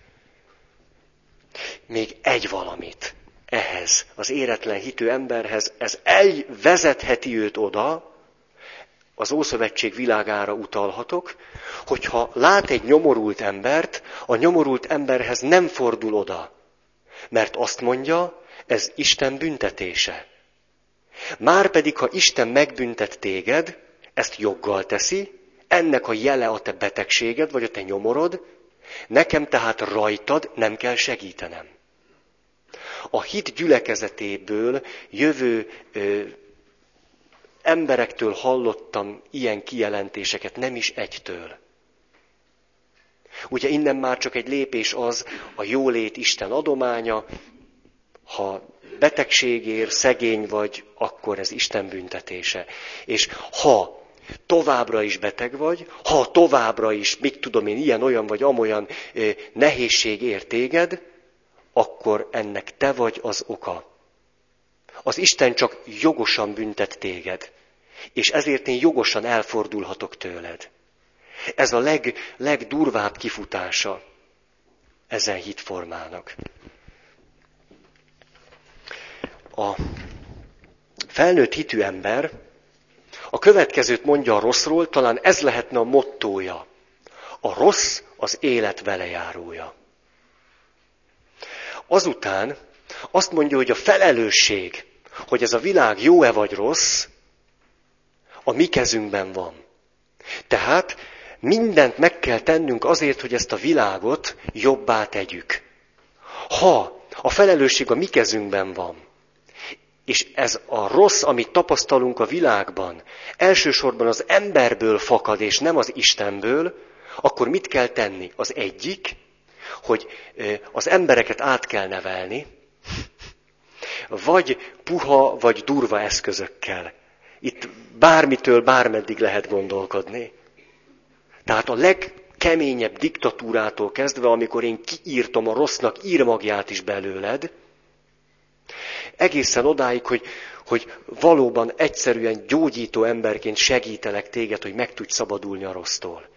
Még egy valamit ehhez, az éretlen hitű emberhez, ez elvezetheti őt oda, az Ószövetség világára utalhatok, hogyha lát egy nyomorult embert, a nyomorult emberhez nem fordul oda. Mert azt mondja, ez Isten büntetése. Márpedig, ha Isten megbüntet téged, ezt joggal teszi, ennek a jele a te betegséged, vagy a te nyomorod, nekem tehát rajtad nem kell segítenem. A hit gyülekezetéből jövő ö, emberektől hallottam ilyen kijelentéseket, nem is egytől. Ugye innen már csak egy lépés az, a jólét Isten adománya, ha betegségért szegény vagy, akkor ez Isten büntetése. És ha továbbra is beteg vagy, ha továbbra is, mit tudom én, ilyen-olyan vagy amolyan nehézség ér téged, akkor ennek te vagy az oka. Az Isten csak jogosan büntet téged, és ezért én jogosan elfordulhatok tőled. Ez a leg, legdurvább kifutása ezen hitformának. A felnőtt hitű ember a következőt mondja a rosszról, talán ez lehetne a mottója. A rossz az élet velejárója. Azután azt mondja, hogy a felelősség, hogy ez a világ jó-e vagy rossz, a mi kezünkben van. Tehát Mindent meg kell tennünk azért, hogy ezt a világot jobbá tegyük. Ha a felelősség a mi kezünkben van, és ez a rossz, amit tapasztalunk a világban, elsősorban az emberből fakad, és nem az Istenből, akkor mit kell tenni? Az egyik, hogy az embereket át kell nevelni, vagy puha, vagy durva eszközökkel. Itt bármitől, bármeddig lehet gondolkodni. Tehát a legkeményebb diktatúrától kezdve, amikor én kiírtom a rossznak írmagját is belőled, egészen odáig, hogy, hogy valóban egyszerűen gyógyító emberként segítelek téged, hogy meg tudj szabadulni a rossztól.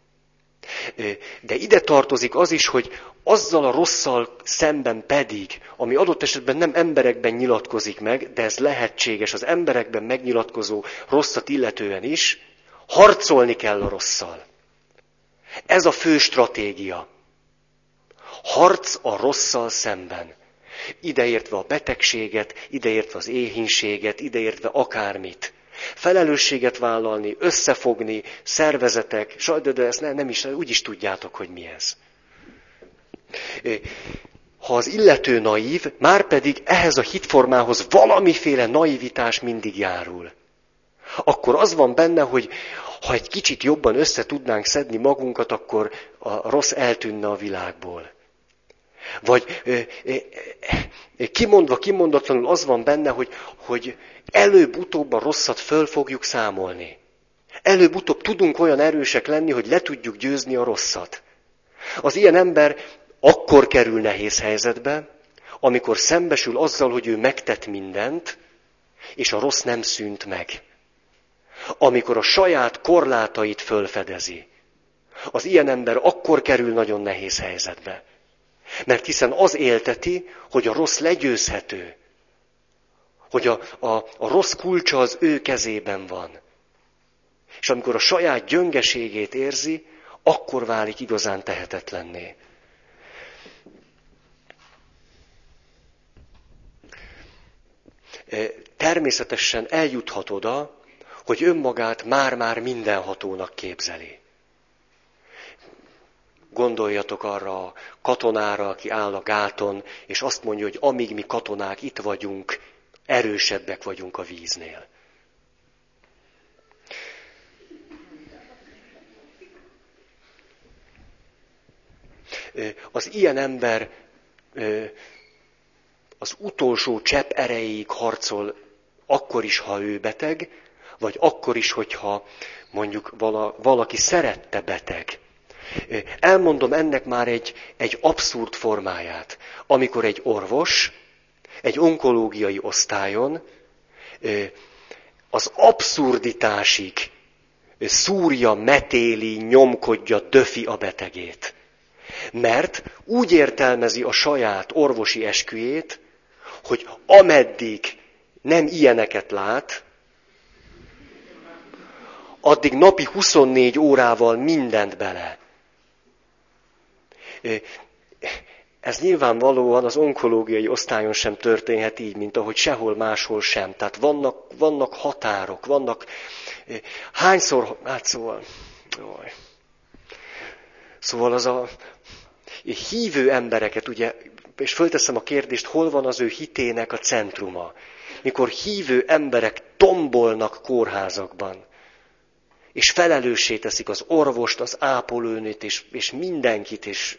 De ide tartozik az is, hogy azzal a rosszal szemben pedig, ami adott esetben nem emberekben nyilatkozik meg, de ez lehetséges az emberekben megnyilatkozó rosszat illetően is, harcolni kell a rosszal. Ez a fő stratégia. Harc a rosszal szemben. Ideértve a betegséget, ideértve az éhínséget, ideértve akármit. Felelősséget vállalni, összefogni, szervezetek, de, de ezt nem, nem is, úgy is tudjátok, hogy mi ez. Ha az illető naív, már pedig ehhez a hitformához valamiféle naivitás mindig járul. Akkor az van benne, hogy ha egy kicsit jobban össze tudnánk szedni magunkat, akkor a rossz eltűnne a világból. Vagy kimondva, kimondatlanul az van benne, hogy, hogy előbb-utóbb a rosszat föl fogjuk számolni. Előbb-utóbb tudunk olyan erősek lenni, hogy le tudjuk győzni a rosszat. Az ilyen ember akkor kerül nehéz helyzetbe, amikor szembesül azzal, hogy ő megtett mindent, és a rossz nem szűnt meg. Amikor a saját korlátait fölfedezi. Az ilyen ember akkor kerül nagyon nehéz helyzetbe. Mert hiszen az élteti, hogy a rossz legyőzhető. Hogy a, a, a rossz kulcsa az ő kezében van. És amikor a saját gyöngeségét érzi, akkor válik igazán tehetetlenné. Természetesen eljuthat oda, hogy önmagát már-már mindenhatónak képzeli. Gondoljatok arra a katonára, aki áll a gáton, és azt mondja, hogy amíg mi katonák itt vagyunk, erősebbek vagyunk a víznél. Az ilyen ember az utolsó csepp erejéig harcol, akkor is, ha ő beteg, vagy akkor is, hogyha mondjuk vala, valaki szerette beteg. Elmondom ennek már egy, egy abszurd formáját. Amikor egy orvos egy onkológiai osztályon az abszurditásig szúrja, metéli, nyomkodja, döfi a betegét. Mert úgy értelmezi a saját orvosi esküjét, hogy ameddig nem ilyeneket lát, addig napi huszonnégy órával mindent bele. Ez nyilvánvalóan az onkológiai osztályon sem történhet így, mint ahogy sehol máshol sem. Tehát vannak, vannak határok, vannak... Hányszor... Hát szóval... Jaj. Szóval az a hívő embereket, ugye, és fölteszem a kérdést, hol van az ő hitének a centruma? Mikor hívő emberek tombolnak kórházakban, és felelőssé teszik az orvost, az ápolónőt, és, és mindenkit, és...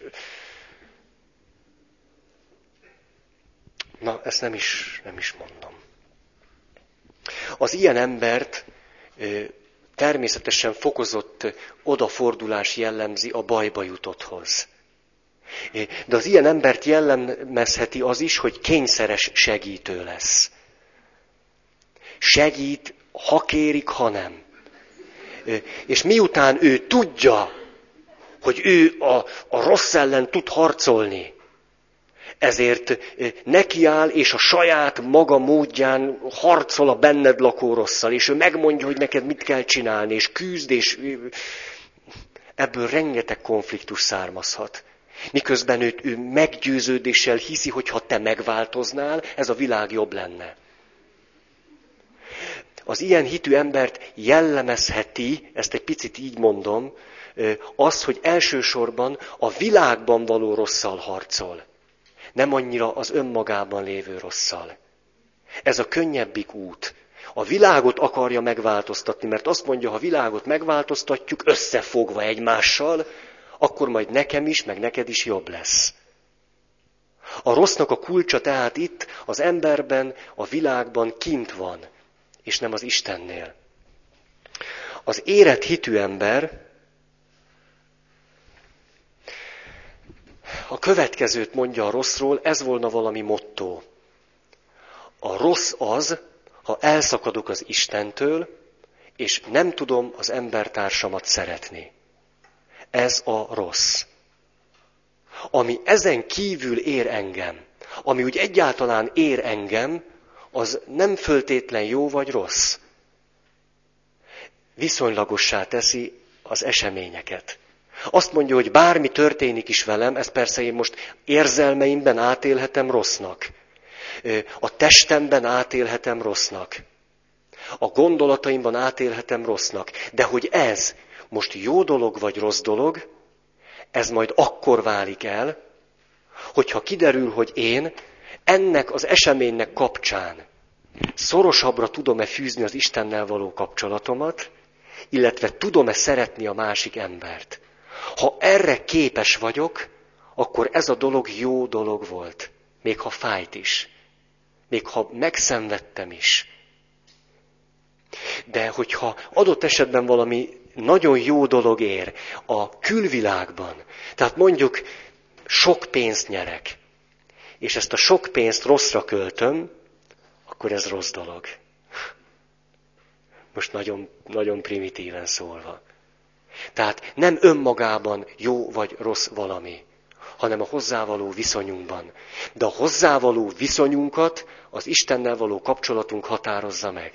Na, ezt nem is, nem is mondom. Az ilyen embert természetesen fokozott odafordulás jellemzi a bajba jutotthoz. De az ilyen embert jellemezheti az is, hogy kényszeres segítő lesz. Segít, ha kérik, ha nem. És miután ő tudja, hogy ő a, a rossz ellen tud harcolni, ezért nekiáll, és a saját maga módján harcol a benned lakó rosszal, és ő megmondja, hogy neked mit kell csinálni, és küzd, és ebből rengeteg konfliktus származhat. Miközben ő, ő meggyőződéssel hiszi, hogy ha te megváltoznál, ez a világ jobb lenne. Az ilyen hitű embert jellemezheti, ezt egy picit így mondom, az, hogy elsősorban a világban való rosszal harcol. Nem annyira az önmagában lévő rosszal. Ez a könnyebbik út. A világot akarja megváltoztatni, mert azt mondja, ha a világot megváltoztatjuk összefogva egymással, akkor majd nekem is, meg neked is jobb lesz. A rossznak a kulcsa tehát itt az emberben, a világban kint van, és nem az Istennél. Az érett hitű ember a következőt mondja a rosszról, ez volna valami motto. A rossz az, ha elszakadok az Istentől, és nem tudom az embertársamat szeretni. Ez a rossz. Ami ezen kívül ér engem, ami úgy egyáltalán ér engem, az nem föltétlen jó vagy rossz. Viszonylagossá teszi az eseményeket. Azt mondja, hogy bármi történik is velem, ezt persze én most érzelmeimben átélhetem rossznak. A testemben átélhetem rossznak. A gondolataimban átélhetem rossznak. De hogy ez most jó dolog vagy rossz dolog, ez majd akkor válik el, hogyha kiderül, hogy én ennek az eseménynek kapcsán szorosabbra tudom-e fűzni az Istennel való kapcsolatomat, illetve tudom-e szeretni a másik embert. Ha erre képes vagyok, akkor ez a dolog jó dolog volt, még ha fájt is, még ha megszenvedtem is. De hogyha adott esetben valami nagyon jó dolog ér a külvilágban, tehát mondjuk sok pénzt nyerek, és ezt a sok pénzt rosszra költöm, akkor ez rossz dolog. Most nagyon, nagyon primitíven szólva. Tehát nem önmagában jó vagy rossz valami, hanem a hozzávaló viszonyunkban. De a hozzávaló viszonyunkat az Istennel való kapcsolatunk határozza meg.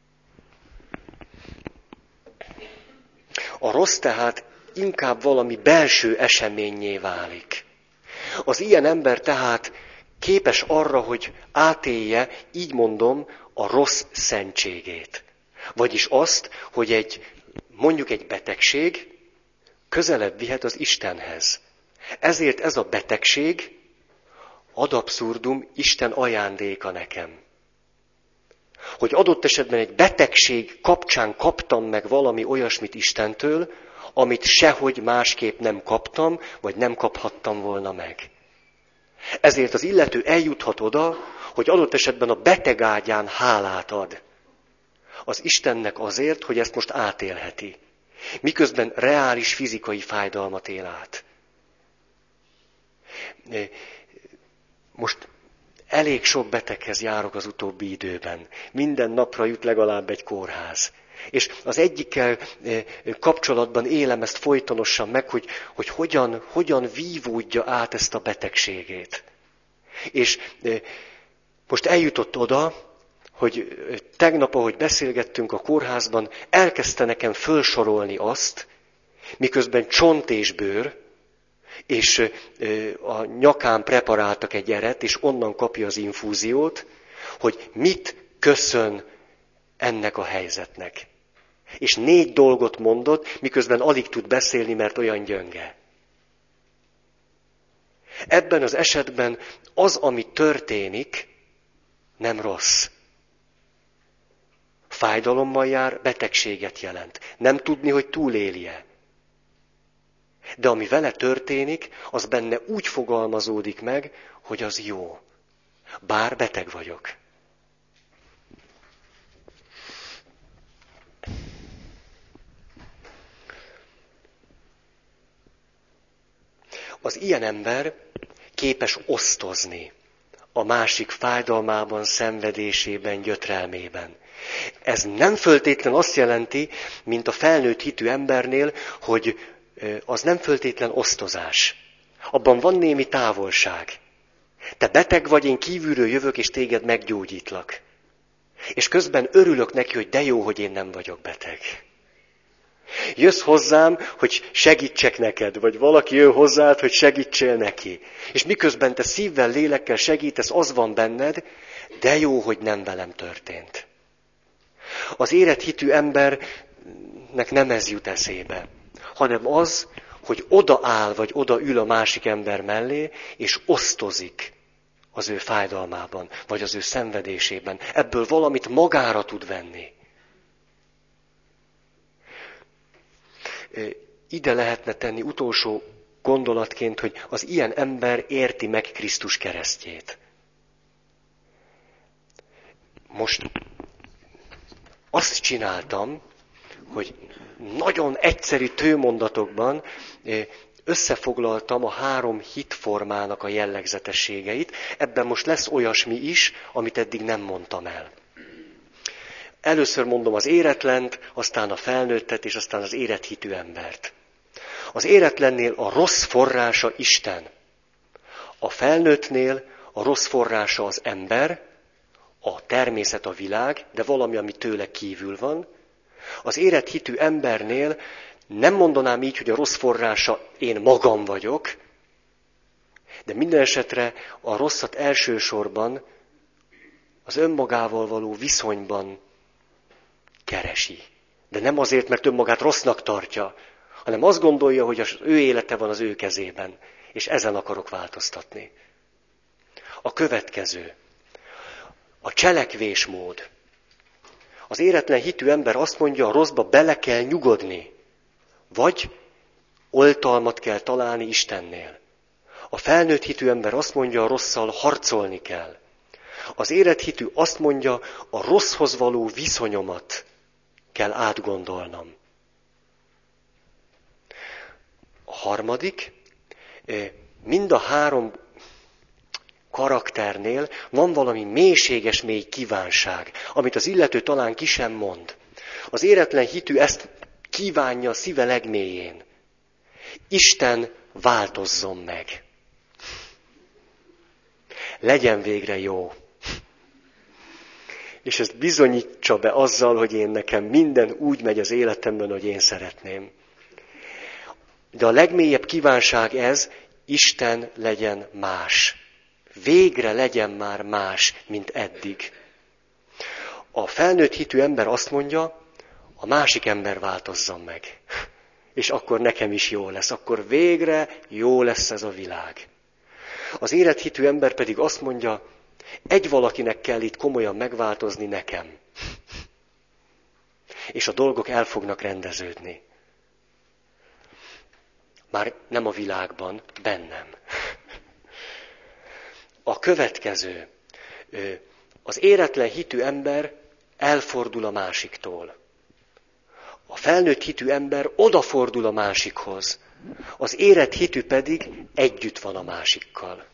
A rossz tehát inkább valami belső eseményé válik. Az ilyen ember tehát képes arra, hogy átélje, így mondom, a rossz szentségét. Vagyis azt, hogy egy, mondjuk egy betegség közelebb vihet az Istenhez. Ezért ez a betegség ad abszurdum Isten ajándéka nekem. Hogy adott esetben egy betegség kapcsán kaptam meg valami olyasmit Istentől, amit sehogy másképp nem kaptam, vagy nem kaphattam volna meg. Ezért az illető eljuthat oda, hogy adott esetben a beteg ágyán hálát ad az Istennek azért, hogy ezt most átélheti. Miközben reális fizikai fájdalmat él át. Most elég sok beteghez járok az utóbbi időben. Minden napra jut legalább egy kórház. És az egyikkel kapcsolatban élem ezt folytonosan meg, hogy, hogy hogyan, hogyan vívódja át ezt a betegségét. És most eljutott oda, hogy tegnap, ahogy beszélgettünk a kórházban, elkezdte nekem fölsorolni azt, miközben csont és bőr, és a nyakán preparáltak egy eret, és onnan kapja az infúziót, hogy mit köszön ennek a helyzetnek. És négy dolgot mondott, miközben alig tud beszélni, mert olyan gyönge. Ebben az esetben az, ami történik, nem rossz. Fájdalommal jár, betegséget jelent. Nem tudni, hogy túlélje. De ami vele történik, az benne úgy fogalmazódik meg, hogy az jó. Bár beteg vagyok. Az ilyen ember képes osztozni a másik fájdalmában, szenvedésében, gyötrelmében. Ez nem föltétlen azt jelenti, mint a felnőtt hitű embernél, hogy az nem föltétlen osztozás. Abban van némi távolság. Te beteg vagy, én kívülről jövök, és téged meggyógyítlak. És közben örülök neki, hogy de jó, hogy én nem vagyok beteg. Jössz hozzám, hogy segítsek neked, vagy valaki jön hozzád, hogy segítsél neki. És miközben te szívvel, lélekkel segítesz, az van benned, de jó, hogy nem velem történt. Az érett hitű embernek nem ez jut eszébe, hanem az, hogy odaáll, vagy odaül a másik ember mellé, és osztozik az ő fájdalmában, vagy az ő szenvedésében. Ebből valamit magára tud venni. Ide lehetne tenni utolsó gondolatként, hogy az ilyen ember érti meg Krisztus keresztjét. Most azt csináltam, hogy nagyon egyszerű tőmondatokban összefoglaltam a három hitformának a jellegzetességeit. Ebben most lesz olyasmi is, amit eddig nem mondtam el. Először mondom az éretlent, aztán a felnőttet, és aztán az érett hitű embert. Az éretlennél a rossz forrása Isten. A felnőttnél a rossz forrása az ember, a természet, a világ, de valami, ami tőle kívül van. Az érett hitű embernél nem mondanám így, hogy a rossz forrása én magam vagyok, de minden esetre a rosszat elsősorban az önmagával való viszonyban keresi. De nem azért, mert önmagát rossznak tartja, hanem azt gondolja, hogy az ő élete van az ő kezében, és ezen akarok változtatni. A következő. A cselekvésmód. Az éretlen hitű ember azt mondja, a rosszba bele kell nyugodni, vagy oltalmat kell találni Istennél. A felnőtt hitű ember azt mondja, a rosszal harcolni kell. Az érett hitű azt mondja, a rosszhoz való viszonyomat kell átgondolnom. A harmadik, mind a három karakternél van valami mélységes, mély kívánság, amit az illető talán ki sem mond. Az éretlen hitű ezt kívánja a szíve legmélyén. Isten változzon meg. Legyen végre jó. És ezt bizonyítsa be azzal, hogy én nekem minden úgy megy az életemben, hogy én szeretném. De a legmélyebb kívánság ez, Isten legyen más. Végre legyen már más, mint eddig. A felnőtt hitű ember azt mondja, a másik ember változzon meg. És akkor nekem is jó lesz, akkor végre jó lesz ez a világ. Az érett hitű ember pedig azt mondja, egy valakinek kell itt komolyan megváltozni nekem. És a dolgok el fognak rendeződni. Már nem a világban, bennem. A következő. Az éretlen hitű ember elfordul a másiktól. A felnőtt hitű ember odafordul a másikhoz. Az érett hitű pedig együtt van a másikkal.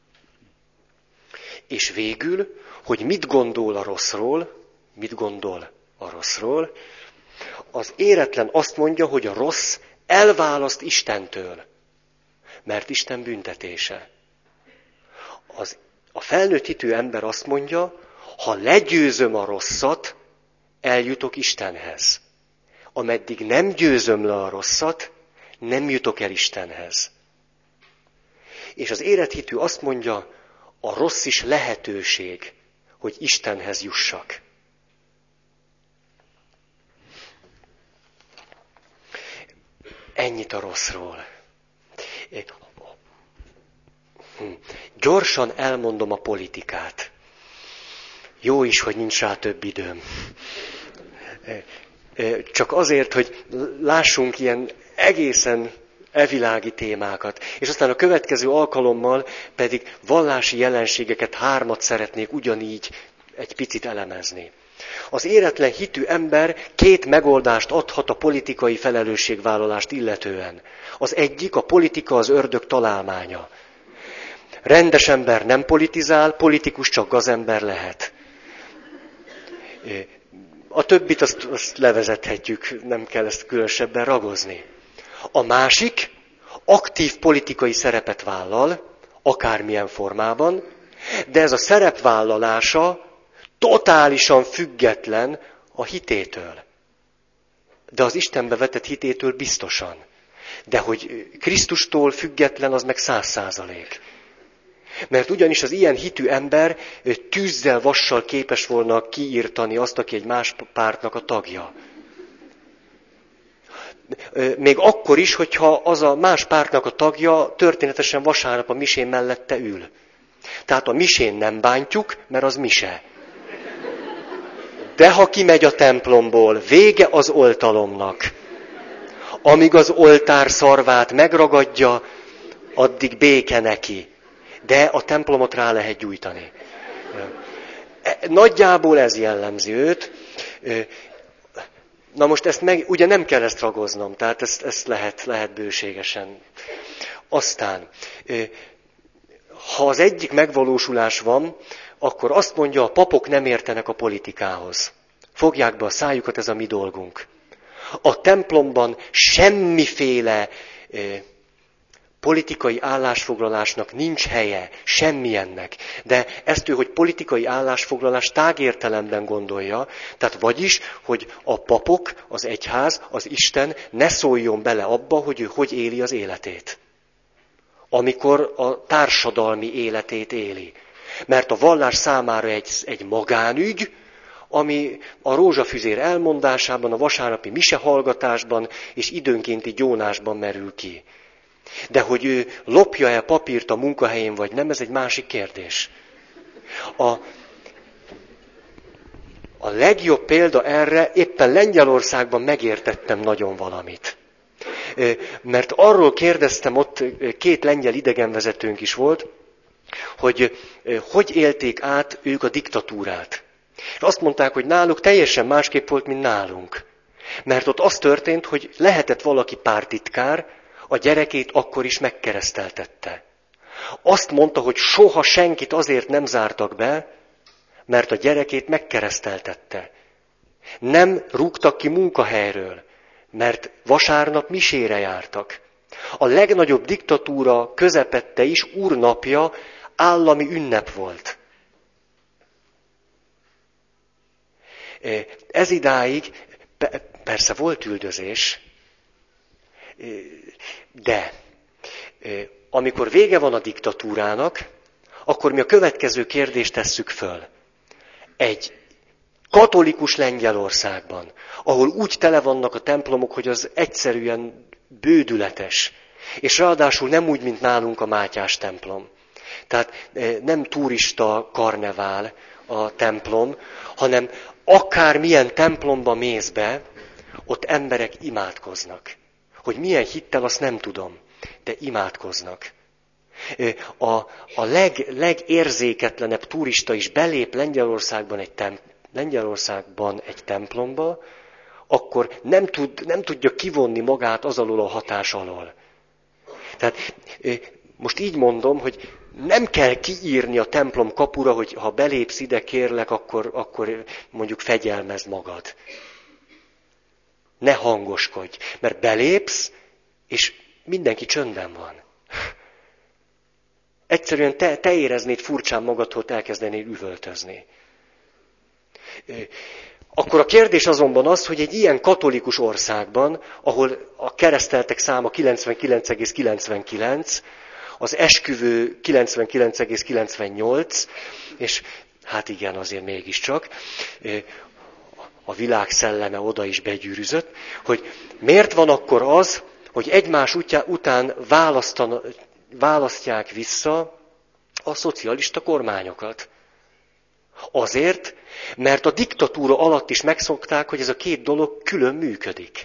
És végül, hogy mit gondol a rosszról, mit gondol a rosszról, az éretlen azt mondja, hogy a rossz elválaszt Istentől, mert Isten büntetése. Az, a felnőtt hitű ember azt mondja, ha legyőzöm a rosszat, eljutok Istenhez. Ameddig nem győzöm le a rosszat, nem jutok el Istenhez. És az érett hitű azt mondja, a rossz is lehetőség, hogy Istenhez jussak. Ennyit a rosszról. Gyorsan elmondom a politikát. Jó is, hogy nincs rá több időm. Csak azért, hogy lássunk ilyen egészen evilági témákat. És aztán a következő alkalommal pedig vallási jelenségeket hármat szeretnék ugyanígy egy picit elemezni. Az éretlen hitű ember két megoldást adhat a politikai felelősségvállalást illetően. Az egyik, a politika az ördög találmánya. Rendes ember nem politizál, politikus csak gazember lehet. A többit azt, azt levezethetjük, nem kell ezt különösebben ragozni. A másik aktív politikai szerepet vállal, akármilyen formában, de ez a szerepvállalása totálisan független a hitétől. De az Istenbe vetett hitétől biztosan. De hogy Krisztustól független, az meg száz százalék. Mert ugyanis az ilyen hitű ember tűzzel, vassal képes volna kiírtani azt, aki egy más pártnak a tagja. Még akkor is, hogyha az a más pártnak a tagja történetesen vasárnap a misén mellette ül. Tehát a misén nem bántjuk, mert az mise. De ha kimegy a templomból, vége az oltalomnak. Amíg az oltár szarvát megragadja, addig béke neki. De a templomot rá lehet gyújtani. Nagyjából ez jellemzi őt. Na most ezt meg, ugye nem kell ezt ragoznom, tehát ezt, ezt lehet, lehet bőségesen. Aztán, ha az egyik megvalósulás van, akkor azt mondja, a papok nem értenek a politikához. Fogják be a szájukat, ez a mi dolgunk. A templomban semmiféle politikai állásfoglalásnak nincs helye, semmilyennek. De ezt ő, hogy politikai állásfoglalás tágértelemben gondolja, tehát vagyis, hogy a papok, az egyház, az Isten ne szóljon bele abba, hogy ő hogy éli az életét. Amikor a társadalmi életét éli. Mert a vallás számára egy, egy magánügy, ami a rózsafüzér elmondásában, a vasárnapi misehallgatásban és időnkénti gyónásban merül ki. De hogy ő lopja-e papírt a munkahelyén, vagy nem, ez egy másik kérdés. A, a legjobb példa erre, éppen Lengyelországban megértettem nagyon valamit. Mert arról kérdeztem, ott két lengyel idegenvezetőnk is volt, hogy hogy élték át ők a diktatúrát. És azt mondták, hogy náluk teljesen másképp volt, mint nálunk. Mert ott az történt, hogy lehetett valaki pártitkár, a gyerekét akkor is megkereszteltette. Azt mondta, hogy soha senkit azért nem zártak be, mert a gyerekét megkereszteltette. Nem rúgtak ki munkahelyről, mert vasárnap misére jártak. A legnagyobb diktatúra közepette is úrnapja állami ünnep volt. Ez idáig, persze volt üldözés, de amikor vége van a diktatúrának, akkor mi a következő kérdést tesszük föl. Egy katolikus Lengyelországban, ahol úgy tele vannak a templomok, hogy az egyszerűen bődületes, és ráadásul nem úgy, mint nálunk a Mátyás templom. Tehát nem turista karnevál a templom, hanem akármilyen templomba mész be, ott emberek imádkoznak. Hogy milyen hittel, azt nem tudom, de imádkoznak. A, a leg, legérzéketlenebb turista is belép Lengyelországban egy, tem, Lengyelországban egy templomba, akkor nem, tud, nem tudja kivonni magát az alól a hatás alól. Tehát most így mondom, hogy nem kell kiírni a templom kapura, hogy ha belépsz ide, kérlek, akkor, akkor mondjuk fegyelmezd magad. Ne hangoskodj, mert belépsz, és mindenki csöndben van. Egyszerűen te, te éreznéd furcsán magad, hogy elkezdenél üvöltözni. Akkor a kérdés azonban az, hogy egy ilyen katolikus országban, ahol a kereszteltek száma kilencvenkilenc egész kilencvenkilenc, az esküvő kilencvenkilenc egész kilencvennyolc, és hát igen, azért mégiscsak, a világ szelleme oda is begyűrűzött, hogy miért van akkor az, hogy egymás után választják vissza a szocialista kormányokat. Azért, mert a diktatúra alatt is megszokták, hogy ez a két dolog külön működik.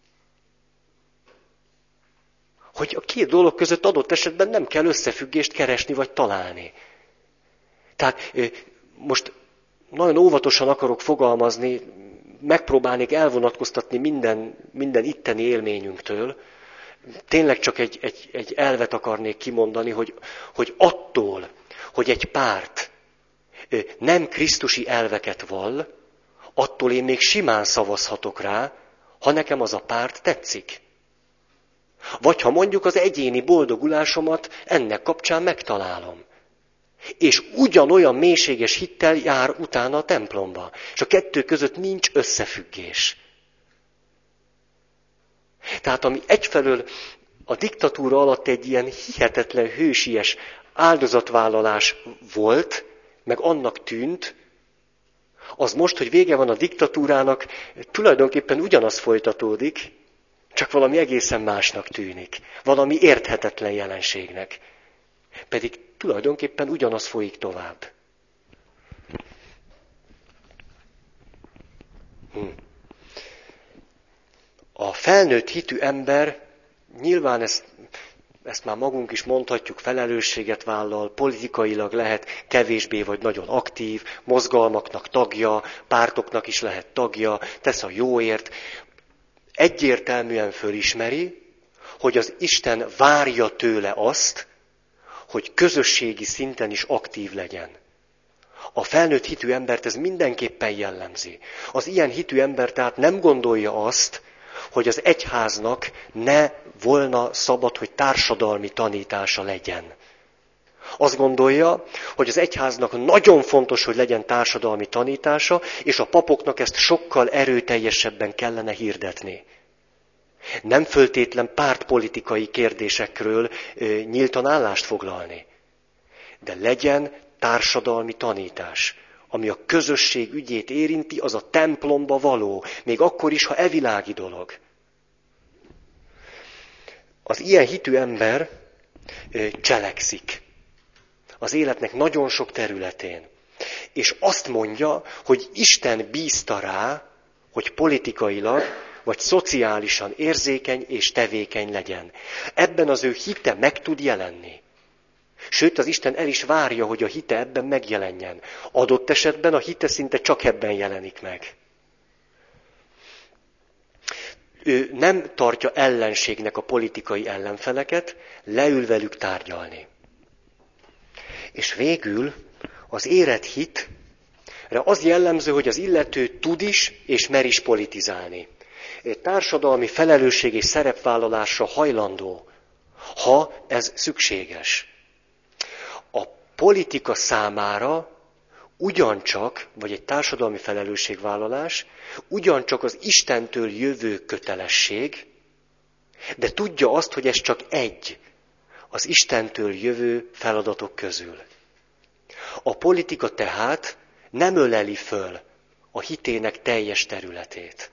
Hogy a két dolog között adott esetben nem kell összefüggést keresni vagy találni. Tehát most nagyon óvatosan akarok fogalmazni, megpróbálnék elvonatkoztatni minden, minden itteni élményünktől. Tényleg csak egy, egy, egy elvet akarnék kimondani, hogy, hogy attól, hogy egy párt nem krisztusi elveket vall, attól én még simán szavazhatok rá, ha nekem az a párt tetszik. Vagy ha mondjuk az egyéni boldogulásomat ennek kapcsán megtalálom. És ugyanolyan mélységes hittel jár utána a templomba. És a kettő között nincs összefüggés. Tehát ami egyfelől a diktatúra alatt egy ilyen hihetetlen hősies áldozatvállalás volt, meg annak tűnt, az most, hogy vége van a diktatúrának, tulajdonképpen ugyanaz folytatódik, Csak valami egészen másnak tűnik. Valami érthetetlen jelenségnek. Pedig tulajdonképpen ugyanaz folyik tovább. Hm. A felnőtt hitű ember, nyilván ezt, ezt már magunk is mondhatjuk, felelősséget vállal, politikailag lehet kevésbé vagy nagyon aktív, mozgalmaknak tagja, pártoknak is lehet tagja, tesz a jóért. Egyértelműen fölismeri, hogy az Isten várja tőle azt, hogy közösségi szinten is aktív legyen. A felnőtt hitű embert ez mindenképpen jellemzi. Az ilyen hitű ember tehát nem gondolja azt, hogy az egyháznak ne volna szabad, hogy társadalmi tanítása legyen. Azt gondolja, hogy az egyháznak nagyon fontos, hogy legyen társadalmi tanítása, és a papoknak ezt sokkal erőteljesebben kellene hirdetni. Nem föltétlen pártpolitikai kérdésekről ö, nyíltan állást foglalni, de legyen társadalmi tanítás, ami a közösség ügyét érinti, az a templomba való, még akkor is, ha evilági dolog. Az ilyen hitű ember ö, cselekszik az életnek nagyon sok területén. És azt mondja, hogy Isten bízta rá, hogy politikailag vagy szociálisan érzékeny és tevékeny legyen. Ebben az ő hite meg tud jelenni. Sőt, az Isten el is várja, hogy a hite ebben megjelenjen. Adott esetben a hite szinte csak ebben jelenik meg. Ő nem tartja ellenségnek a politikai ellenfeleket, leül velük tárgyalni. És végül az érett hitre az jellemző, hogy az illető tud is és mer is politizálni. Társadalmi felelősség és szerepvállalásra hajlandó, ha ez szükséges. A politika számára ugyancsak, vagy egy társadalmi felelősségvállalás, ugyancsak az Istentől jövő kötelesség, de tudja azt, hogy ez csak egy az Istentől jövő feladatok közül. A politika tehát nem öleli föl a hitének teljes területét.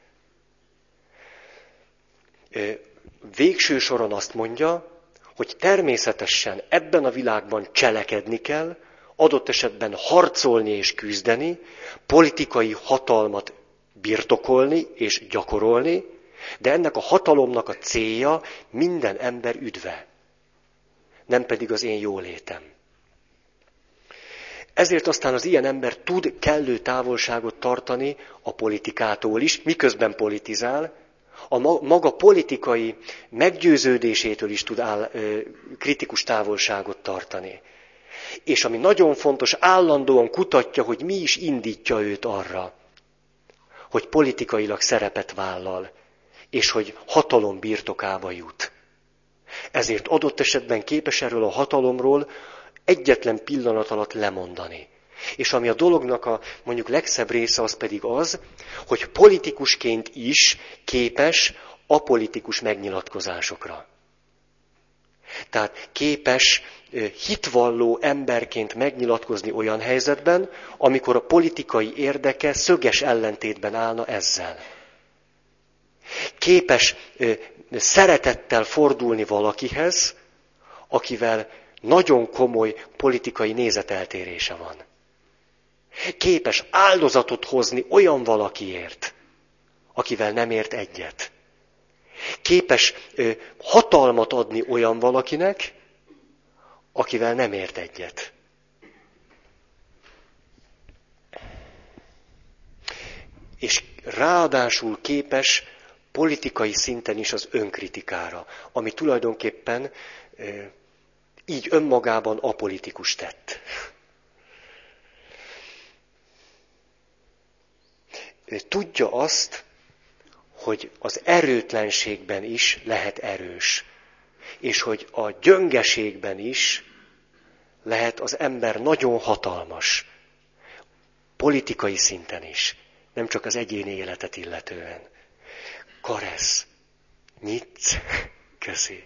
Végső soron azt mondja, hogy természetesen ebben a világban cselekedni kell, adott esetben harcolni és küzdeni, politikai hatalmat birtokolni és gyakorolni, de ennek a hatalomnak a célja minden ember üdve, nem pedig az én jólétem. Ezért aztán az ilyen ember tud kellő távolságot tartani a politikától is, miközben politizál, a maga politikai meggyőződésétől is tud áll, kritikus távolságot tartani. És ami nagyon fontos, állandóan kutatja, hogy mi is indítja őt arra, hogy politikailag szerepet vállal, és hogy hatalom birtokába jut. Ezért adott esetben képes erről a hatalomról egyetlen pillanat alatt lemondani. És ami a dolognak a mondjuk legszebb része, az pedig az, hogy politikusként is képes apolitikus megnyilatkozásokra. Tehát képes hitvalló emberként megnyilatkozni olyan helyzetben, amikor a politikai érdeke szöges ellentétben állna ezzel. Képes szeretettel fordulni valakihez, akivel nagyon komoly politikai nézeteltérése van. Képes áldozatot hozni olyan valakiért, akivel nem ért egyet. Képes ö, hatalmat adni olyan valakinek, akivel nem ért egyet. És ráadásul képes politikai szinten is az önkritikára, ami tulajdonképpen ö, így önmagában apolitikus tett. Tudja azt, hogy az erőtlenségben is lehet erős, és hogy a gyöngeségben is lehet az ember nagyon hatalmas, politikai szinten is, nem csak az egyéni életet illetően. Karesz, nyitsz, köszi.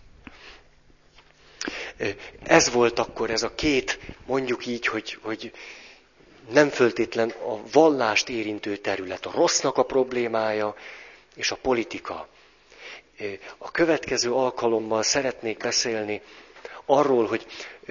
Ez volt akkor ez a két, mondjuk így, hogy, hogy nem föltétlen a vallást érintő terület, a rossznak a problémája és a politika. A következő alkalommal szeretnék beszélni arról, hogy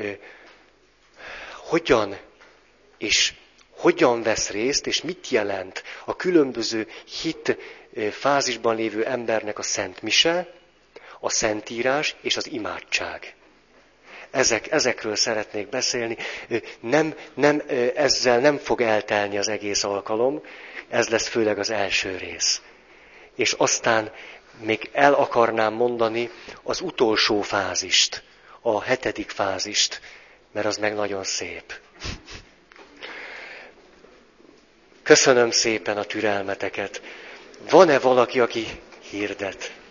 hogyan és hogyan vesz részt, és mit jelent a különböző hit fázisban lévő embernek a Szent Mise, a Szentírás és az imádság. Ezek, ezekről szeretnék beszélni. Nem, nem, ezzel nem fog eltelni az egész alkalom, ez lesz főleg az első rész. És aztán még el akarnám mondani az utolsó fázist, a hetedik fázist, mert az meg nagyon szép. Köszönöm szépen a türelmeteket. Van-e valaki, aki hirdet?